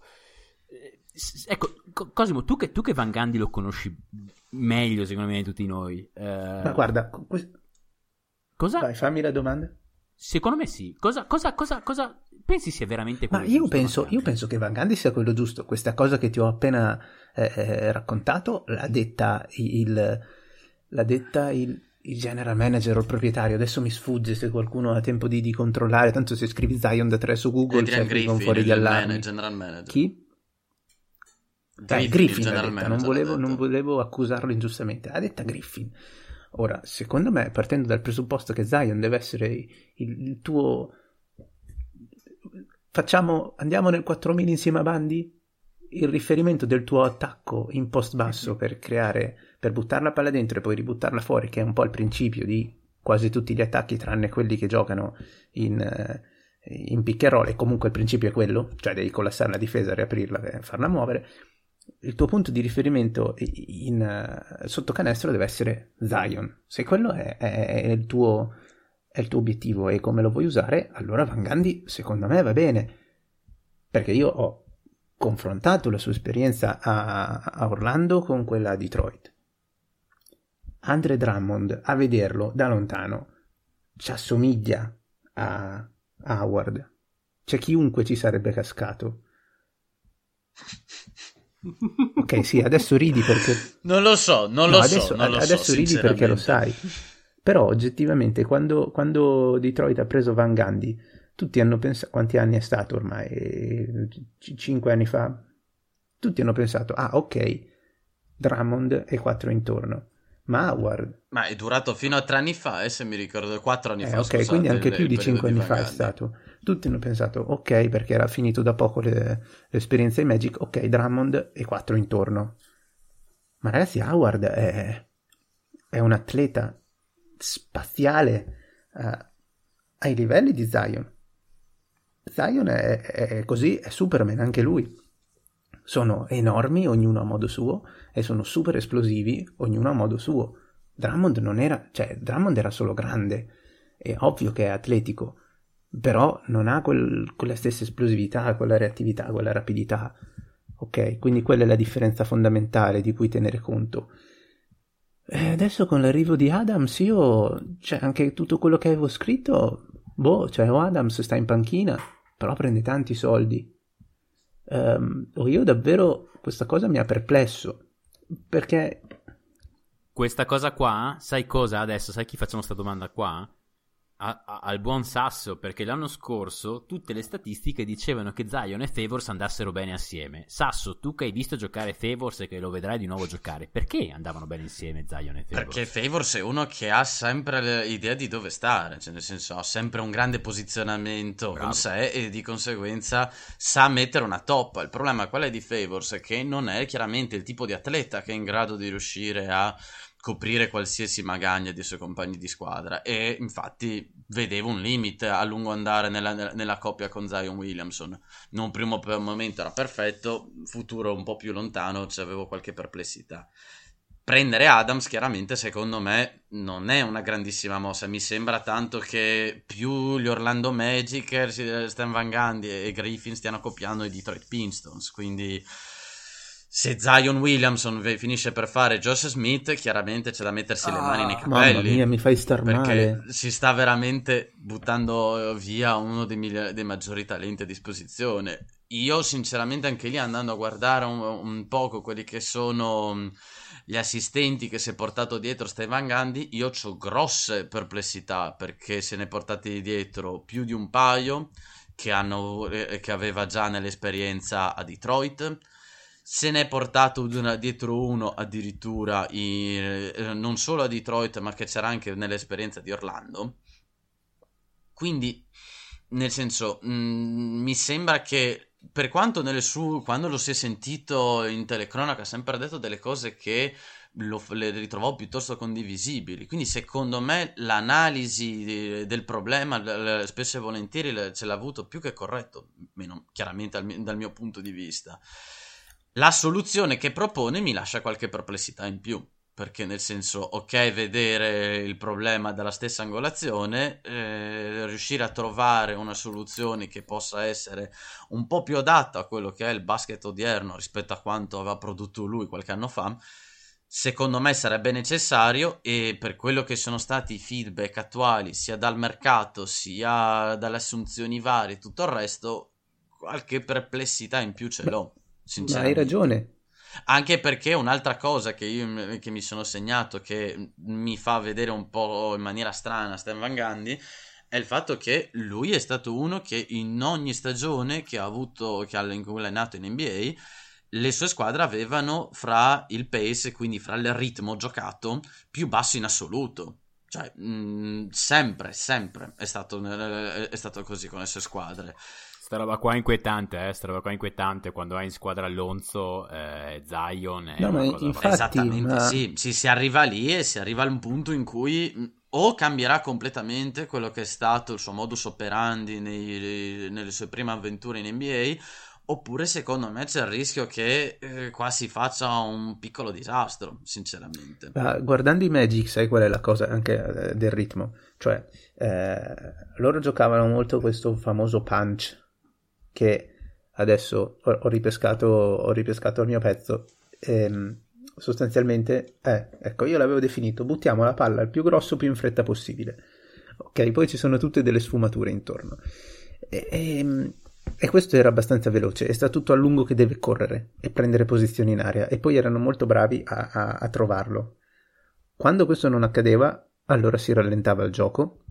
Speaker 2: ecco, Cosimo, tu che, tu che Van Gundy lo conosci meglio secondo me di tutti noi, eh...
Speaker 4: ma guarda, que...
Speaker 2: cosa?
Speaker 4: Vai, fammi la domanda.
Speaker 2: Secondo me sì. Cosa, cosa, cosa, cosa pensi sia veramente quello
Speaker 4: ma io
Speaker 2: giusto,
Speaker 4: penso, io penso che Van Gundy sia quello giusto. Questa cosa che ti ho appena eh, raccontato l'ha detta il l'ha detta il il general manager o il proprietario, adesso mi sfugge, se qualcuno ha tempo di, di controllare, tanto se scrivi Zion da tre su Google
Speaker 3: Adrian Griffin,
Speaker 4: fuori gli allarmi.
Speaker 3: General manager.
Speaker 4: Chi?
Speaker 3: Griffin,
Speaker 4: eh, Griffin
Speaker 3: ha
Speaker 4: detta, non, volevo, non volevo accusarlo ingiustamente, ha detta Griffin. Ora, secondo me, partendo dal presupposto che Zion deve essere il, il tuo... Facciamo, andiamo nel quattromila insieme a Bandi? Il riferimento del tuo attacco in post basso per creare, per buttare la palla dentro e poi ributtarla fuori, che è un po' il principio di quasi tutti gli attacchi tranne quelli che giocano in, in pick and roll, e comunque il principio è quello, cioè devi collassare la difesa, riaprirla e farla muovere. Il tuo punto di riferimento in, in, sotto canestro deve essere Zion. Se quello è, è, è, il tuo, è il tuo obiettivo e come lo vuoi usare, allora Van Gundy secondo me va bene, perché io ho confrontato la sua esperienza a, a Orlando con quella a Detroit. Andre Drummond, a vederlo da lontano, ci assomiglia a Howard. C'è chiunque ci sarebbe cascato. Ok, sì, adesso ridi perché...
Speaker 3: Non lo so, non
Speaker 4: no,
Speaker 3: lo
Speaker 4: adesso,
Speaker 3: so, non lo
Speaker 4: adesso
Speaker 3: so,
Speaker 4: ridi perché lo sai. Però oggettivamente quando, quando Detroit ha preso Van Gundy, tutti hanno pensato, quanti anni è stato ormai? C- cinque anni fa? Tutti hanno pensato, ah ok, Drummond e quattro intorno. Ma Howard...
Speaker 3: Ma è durato fino a tre anni fa, eh, se mi ricordo, quattro anni
Speaker 4: eh,
Speaker 3: fa.
Speaker 4: Ok,
Speaker 3: scusate,
Speaker 4: quindi anche
Speaker 3: il,
Speaker 4: più
Speaker 3: il
Speaker 4: di cinque anni
Speaker 3: di
Speaker 4: fa è stato. Tutti hanno pensato, ok, perché era finito da poco le, l'esperienza in Magic, ok, Drummond e quattro intorno. Ma ragazzi, Howard è, è un atleta spaziale uh, ai livelli di Zion. Zion è, è così, è Superman anche lui. Sono enormi, ognuno a modo suo, e sono super esplosivi, ognuno a modo suo. Drummond non era, cioè Drummond era solo grande, è ovvio che è atletico, però non ha quel, quella stessa esplosività, quella reattività, quella rapidità. Ok, quindi quella è la differenza fondamentale di cui tenere conto. E adesso con l'arrivo di Adams io, cioè anche tutto quello che avevo scritto, boh, cioè o Adams sta in panchina, però prende tanti soldi. Um, o io davvero, questa cosa mi ha perplesso, perché...
Speaker 2: Questa cosa qua, sai cosa adesso? Sai chi facciamo sta domanda qua? a, a, al buon Sasso, perché l'anno scorso tutte le statistiche dicevano che Zion e Favors andassero bene assieme. Sasso, tu che hai visto giocare Favors e che lo vedrai di nuovo giocare, perché andavano bene insieme Zion e Favors?
Speaker 3: Perché Favors è uno che ha sempre l'idea di dove stare, cioè nel senso ha sempre un grande posizionamento
Speaker 2: Bravo.
Speaker 3: con sé e di conseguenza sa mettere una toppa. Il problema qual è di Favors è che non è chiaramente il tipo di atleta che è in grado di riuscire a coprire qualsiasi magagna dei suoi compagni di squadra, e infatti vedevo un limite a lungo andare nella, nella coppia con Zion Williamson. Non primo per momento era perfetto, futuro un po' più lontano c'avevo qualche perplessità. Prendere Adams chiaramente secondo me non è una grandissima mossa, mi sembra tanto che più gli Orlando Magic, Stan Van Gundy e Griffin stiano copiando i Detroit Pistons, quindi se Zion Williamson finisce per fare Josh Smith, chiaramente c'è da mettersi ah, le mani nei capelli.
Speaker 4: Mamma mia, mi fai star
Speaker 3: perché
Speaker 4: male.
Speaker 3: Si sta veramente buttando via uno dei, migli- dei maggiori talenti a disposizione. Io sinceramente anche lì, andando a guardare un, un poco quelli che sono gli assistenti che si è portato dietro Steven Gandhi, io ho grosse perplessità, perché se ne è portati dietro più di un paio che, hanno, eh, che aveva già nell'esperienza a Detroit. Se ne è portato una, dietro uno addirittura in, eh, non solo a Detroit, ma che c'era anche nell'esperienza di Orlando. Quindi nel senso mh, mi sembra che, per quanto nelle sue, quando lo si è sentito in telecronaca, ha sempre detto delle cose che lo, le ritrovò piuttosto condivisibili. Quindi secondo me l'analisi di, del problema l, l, spesso e volentieri l, ce l'ha avuto più che corretto, meno chiaramente al, dal mio punto di vista. La soluzione che propone mi lascia qualche perplessità in più, perché nel senso, ok, vedere il problema dalla stessa angolazione, eh, riuscire a trovare una soluzione che possa essere un po' più adatta a quello che è il basket odierno rispetto a quanto aveva prodotto lui qualche anno fa, secondo me sarebbe necessario, e per quello che sono stati i feedback attuali sia dal mercato sia dalle assunzioni varie e tutto il resto, qualche perplessità in più ce l'ho.
Speaker 4: Ma hai ragione.
Speaker 3: Anche perché un'altra cosa che io che mi sono segnato, che mi fa vedere un po' in maniera strana Stan Van Gundy, è il fatto che lui è stato uno che in ogni stagione che ha avuto, che in cui è nato in N B A, le sue squadre avevano fra il pace, quindi fra il ritmo giocato, più basso in assoluto. Cioè mh, sempre sempre è stato, è stato così con le sue squadre.
Speaker 2: Sta roba qua inquietante, eh? Sta roba qua inquietante quando hai in squadra Alonso, eh, Zion. È
Speaker 4: no,
Speaker 2: una
Speaker 4: ma
Speaker 2: cosa
Speaker 4: infatti,
Speaker 3: esattamente,
Speaker 4: ma...
Speaker 3: sì, sì, si arriva lì e si arriva al punto in cui o cambierà completamente quello che è stato il suo modus operandi nei, nelle sue prime avventure in N B A, oppure secondo me c'è il rischio che eh, qua si faccia un piccolo disastro, sinceramente.
Speaker 4: Ma guardando i Magic, sai qual è la cosa anche eh, del ritmo? Cioè, eh, loro giocavano molto questo famoso punch, che adesso ho, ho ripescato ho ripescato il mio pezzo. Ehm, sostanzialmente eh, ecco, io l'avevo definito: buttiamo la palla il più grosso più in fretta possibile. Ok, poi ci sono tutte delle sfumature intorno e, e, e questo era abbastanza veloce, e sta tutto a lungo che deve correre e prendere posizioni in aria, e poi erano molto bravi a, a, a trovarlo. Quando questo non accadeva, allora si rallentava il gioco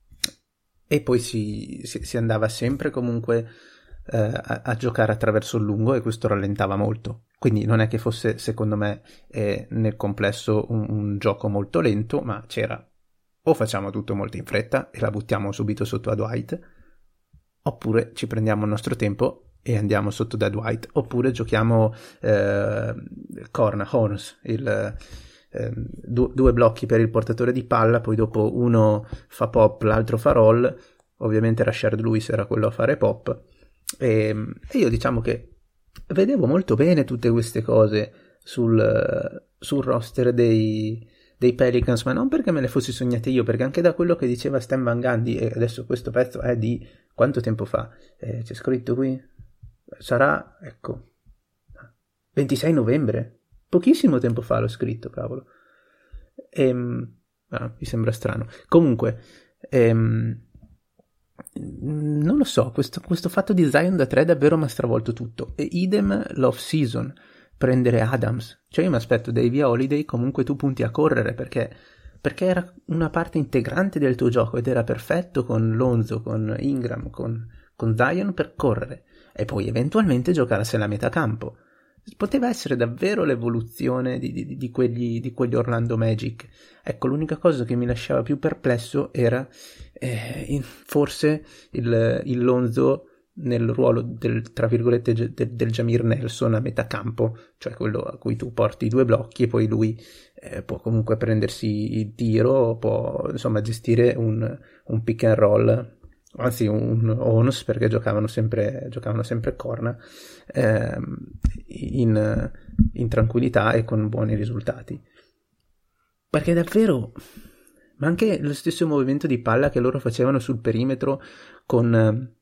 Speaker 4: e poi si, si, si andava sempre comunque eh, a, a giocare attraverso il lungo, e questo rallentava molto. Quindi non è che fosse, secondo me, eh, nel complesso un, un gioco molto lento, ma c'era: o facciamo tutto molto in fretta e la buttiamo subito sotto a Dwight, oppure ci prendiamo il nostro tempo e andiamo sotto da Dwight, oppure giochiamo eh, corner, horns, il, eh, du- due blocchi per il portatore di palla, poi dopo uno fa pop, l'altro fa roll. Ovviamente Rashard Lewis era quello a fare pop, e, e io diciamo che vedevo molto bene tutte queste cose sul, sul roster dei, dei Pelicans, ma non perché me le fossi sognate io, perché anche da quello che diceva Stan Van Gundy, e adesso questo pezzo è di quanto tempo fa, eh, c'è scritto qui, sarà, ecco, ventisei novembre, pochissimo tempo fa l'ho scritto, cavolo. Ehm, ah, mi sembra strano. Comunque, ehm, non lo so, questo, questo fatto di Zion da tre davvero mi ha stravolto tutto. E idem l'off season, prendere Adams, cioè io mi aspetto dai via Holiday comunque tu punti a correre, perché perché era una parte integrante del tuo gioco ed era perfetto con Lonzo, con Ingram, con, con Zion per correre e poi eventualmente giocarsi alla metà campo. Poteva essere davvero l'evoluzione di, di, di, quegli, di quegli Orlando Magic. Ecco, l'unica cosa che mi lasciava più perplesso era eh, in, forse il, il Lonzo nel ruolo del, tra virgolette, del, del Jameer Nelson a metà campo, cioè quello a cui tu porti i due blocchi e poi lui eh, può comunque prendersi il tiro, può insomma gestire un, un pick and roll, anzi un ons, perché giocavano sempre giocavano sempre corna ehm, in, in tranquillità e con buoni risultati, perché davvero, ma anche lo stesso movimento di palla che loro facevano sul perimetro con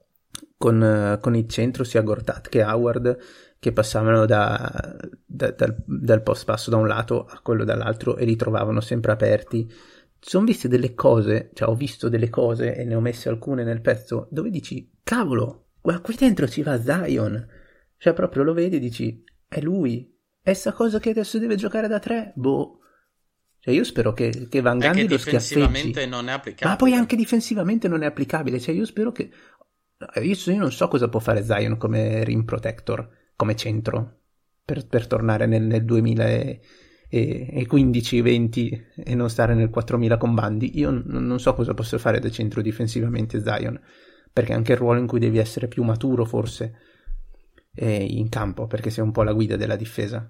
Speaker 4: con, con il centro sia Gortat che Howard, che passavano da, da, dal, dal post passo da un lato a quello dall'altro e li trovavano sempre aperti. Sono viste delle cose, cioè ho visto delle cose e ne ho messe alcune nel pezzo dove dici, cavolo, guarda, qui dentro ci va Zion, cioè proprio lo vedi e dici, è lui, è sta cosa che adesso deve giocare da tre, boh. Cioè io spero che, che Van Gundy lo schiaffeggi,
Speaker 3: non è applicabile,
Speaker 4: ma poi anche difensivamente non è applicabile, cioè io spero che io, io non so cosa può fare Zion come rim protector, come centro per, per tornare nel, nel duemilaquindici venti e non stare nel quattromila con Bundy. Io n- non so cosa possa fare da centro difensivamente Zion, perché anche il ruolo in cui devi essere più maturo forse eh, in campo, perché sei un po' la guida della difesa.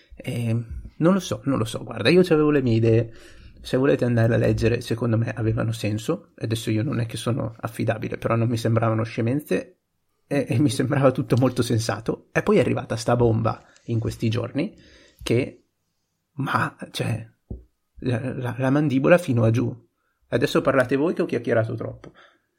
Speaker 4: E non lo so, non lo so, guarda, io avevo le mie idee. Se volete andare a leggere, secondo me avevano senso. Adesso io non è che sono affidabile, però non mi sembravano scemenze e, e mi sembrava tutto molto sensato. E poi è arrivata sta bomba in questi giorni che, ma, cioè, la, la, la mandibola fino a giù. Adesso parlate voi che ho chiacchierato troppo.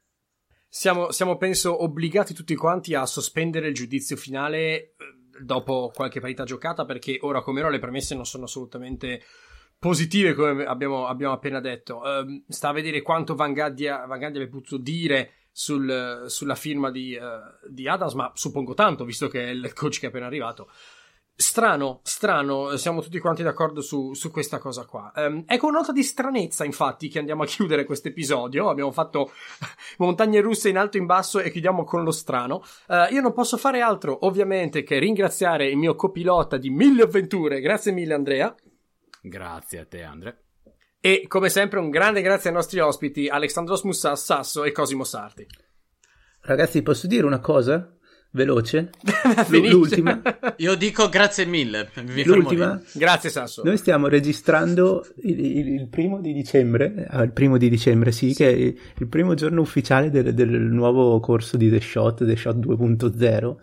Speaker 1: Siamo, siamo penso obbligati tutti quanti a sospendere il giudizio finale dopo qualche partita giocata, perché ora come ora le premesse non sono assolutamente positive, come abbiamo, abbiamo appena detto. Um, sta a vedere quanto Van Gundy, Van Gundy abbia potuto dire sul, sulla firma di, uh, di Adams, ma suppongo tanto, visto che è il coach che è appena arrivato. Strano, strano, siamo tutti quanti d'accordo su, su questa cosa qua. Um, è con nota di stranezza, infatti, che andiamo a chiudere questo episodio. Abbiamo fatto montagne russe in alto e in basso e chiudiamo con lo strano. Uh, io non posso fare altro, ovviamente, che ringraziare il mio copilota di mille avventure. Grazie mille, Andrea.
Speaker 2: Grazie a te, Andre.
Speaker 1: E come sempre un grande grazie ai nostri ospiti Alexandros Moussas, Sasso e Cosimo Sarti.
Speaker 4: Ragazzi, posso dire una cosa? Veloce? L'ultima.
Speaker 3: Io dico grazie mille.
Speaker 4: L'ultima.
Speaker 1: Grazie Sasso.
Speaker 4: Noi stiamo registrando il, il, il primo di dicembre, ah, il primo di dicembre sì, sì. Che è il, il primo giorno ufficiale del, del nuovo corso di The Shot, The Shot due punto zero.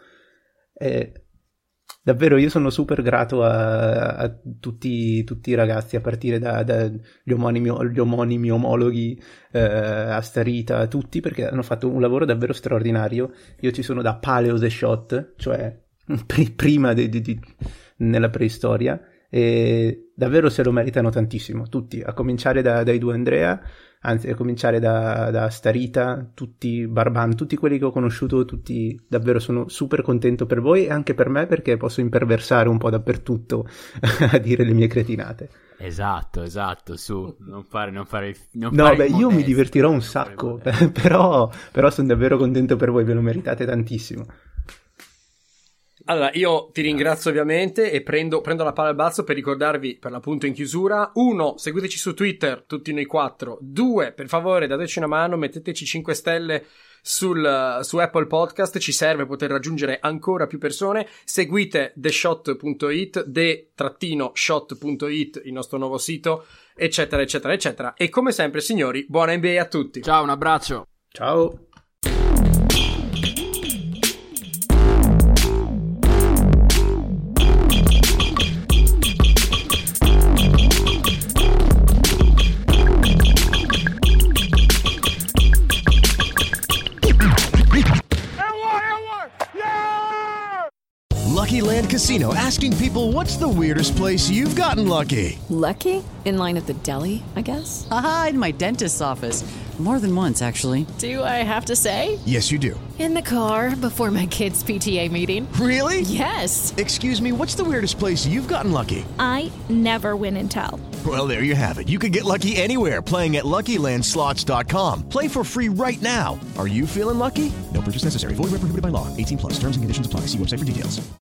Speaker 4: Eh, Davvero io sono super grato a, a tutti, tutti i ragazzi, a partire da, da gli, omonimi, gli omonimi omologhi, eh, a Starita, tutti, perché hanno fatto un lavoro davvero straordinario. Io ci sono da Paleo The Shot, cioè pr- prima di, di, di, nella preistoria, e davvero se lo meritano tantissimo, tutti, a cominciare da, dai due Andrea, anzi a cominciare da, da Starita, tutti Barban, tutti quelli che ho conosciuto, tutti davvero sono super contento per voi e anche per me, perché posso imperversare un po' dappertutto a dire le mie cretinate.
Speaker 2: Esatto, esatto, su, non fare, non fare, non
Speaker 4: no,
Speaker 2: fare
Speaker 4: beh, io
Speaker 2: modesto,
Speaker 4: mi divertirò un sacco, però, però sono davvero contento per voi, ve lo meritate tantissimo.
Speaker 1: Allora, io ti ringrazio ovviamente e prendo, prendo la palla al balzo per ricordarvi, per l'appunto in chiusura, uno, seguiteci su Twitter, tutti noi quattro, due, per favore dateci una mano, metteteci cinque stelle sul, su Apple Podcast, ci serve poter raggiungere ancora più persone, seguite the shot punto it, the shot punto it, il nostro nuovo sito, eccetera, eccetera, eccetera, e come sempre, signori, buona N B A a tutti.
Speaker 2: Ciao, un abbraccio.
Speaker 4: Ciao.
Speaker 5: Lucky Land Casino, asking people, what's the weirdest place you've gotten lucky?
Speaker 6: Lucky? In line at the deli, I guess?
Speaker 7: Aha, in my dentist's office. More than once, actually.
Speaker 6: Do I have to say?
Speaker 5: Yes, you do.
Speaker 6: In the car before my kids' P T A meeting.
Speaker 5: Really?
Speaker 6: Yes.
Speaker 5: Excuse me, what's the weirdest place you've gotten lucky?
Speaker 8: I never win and tell.
Speaker 5: Well, there you have it. You can get lucky anywhere, playing at Lucky Land Slots dot com. Play for free right now. Are you feeling lucky? No purchase necessary. Void where prohibited by law. eighteen plus. Terms and conditions apply. See website for details.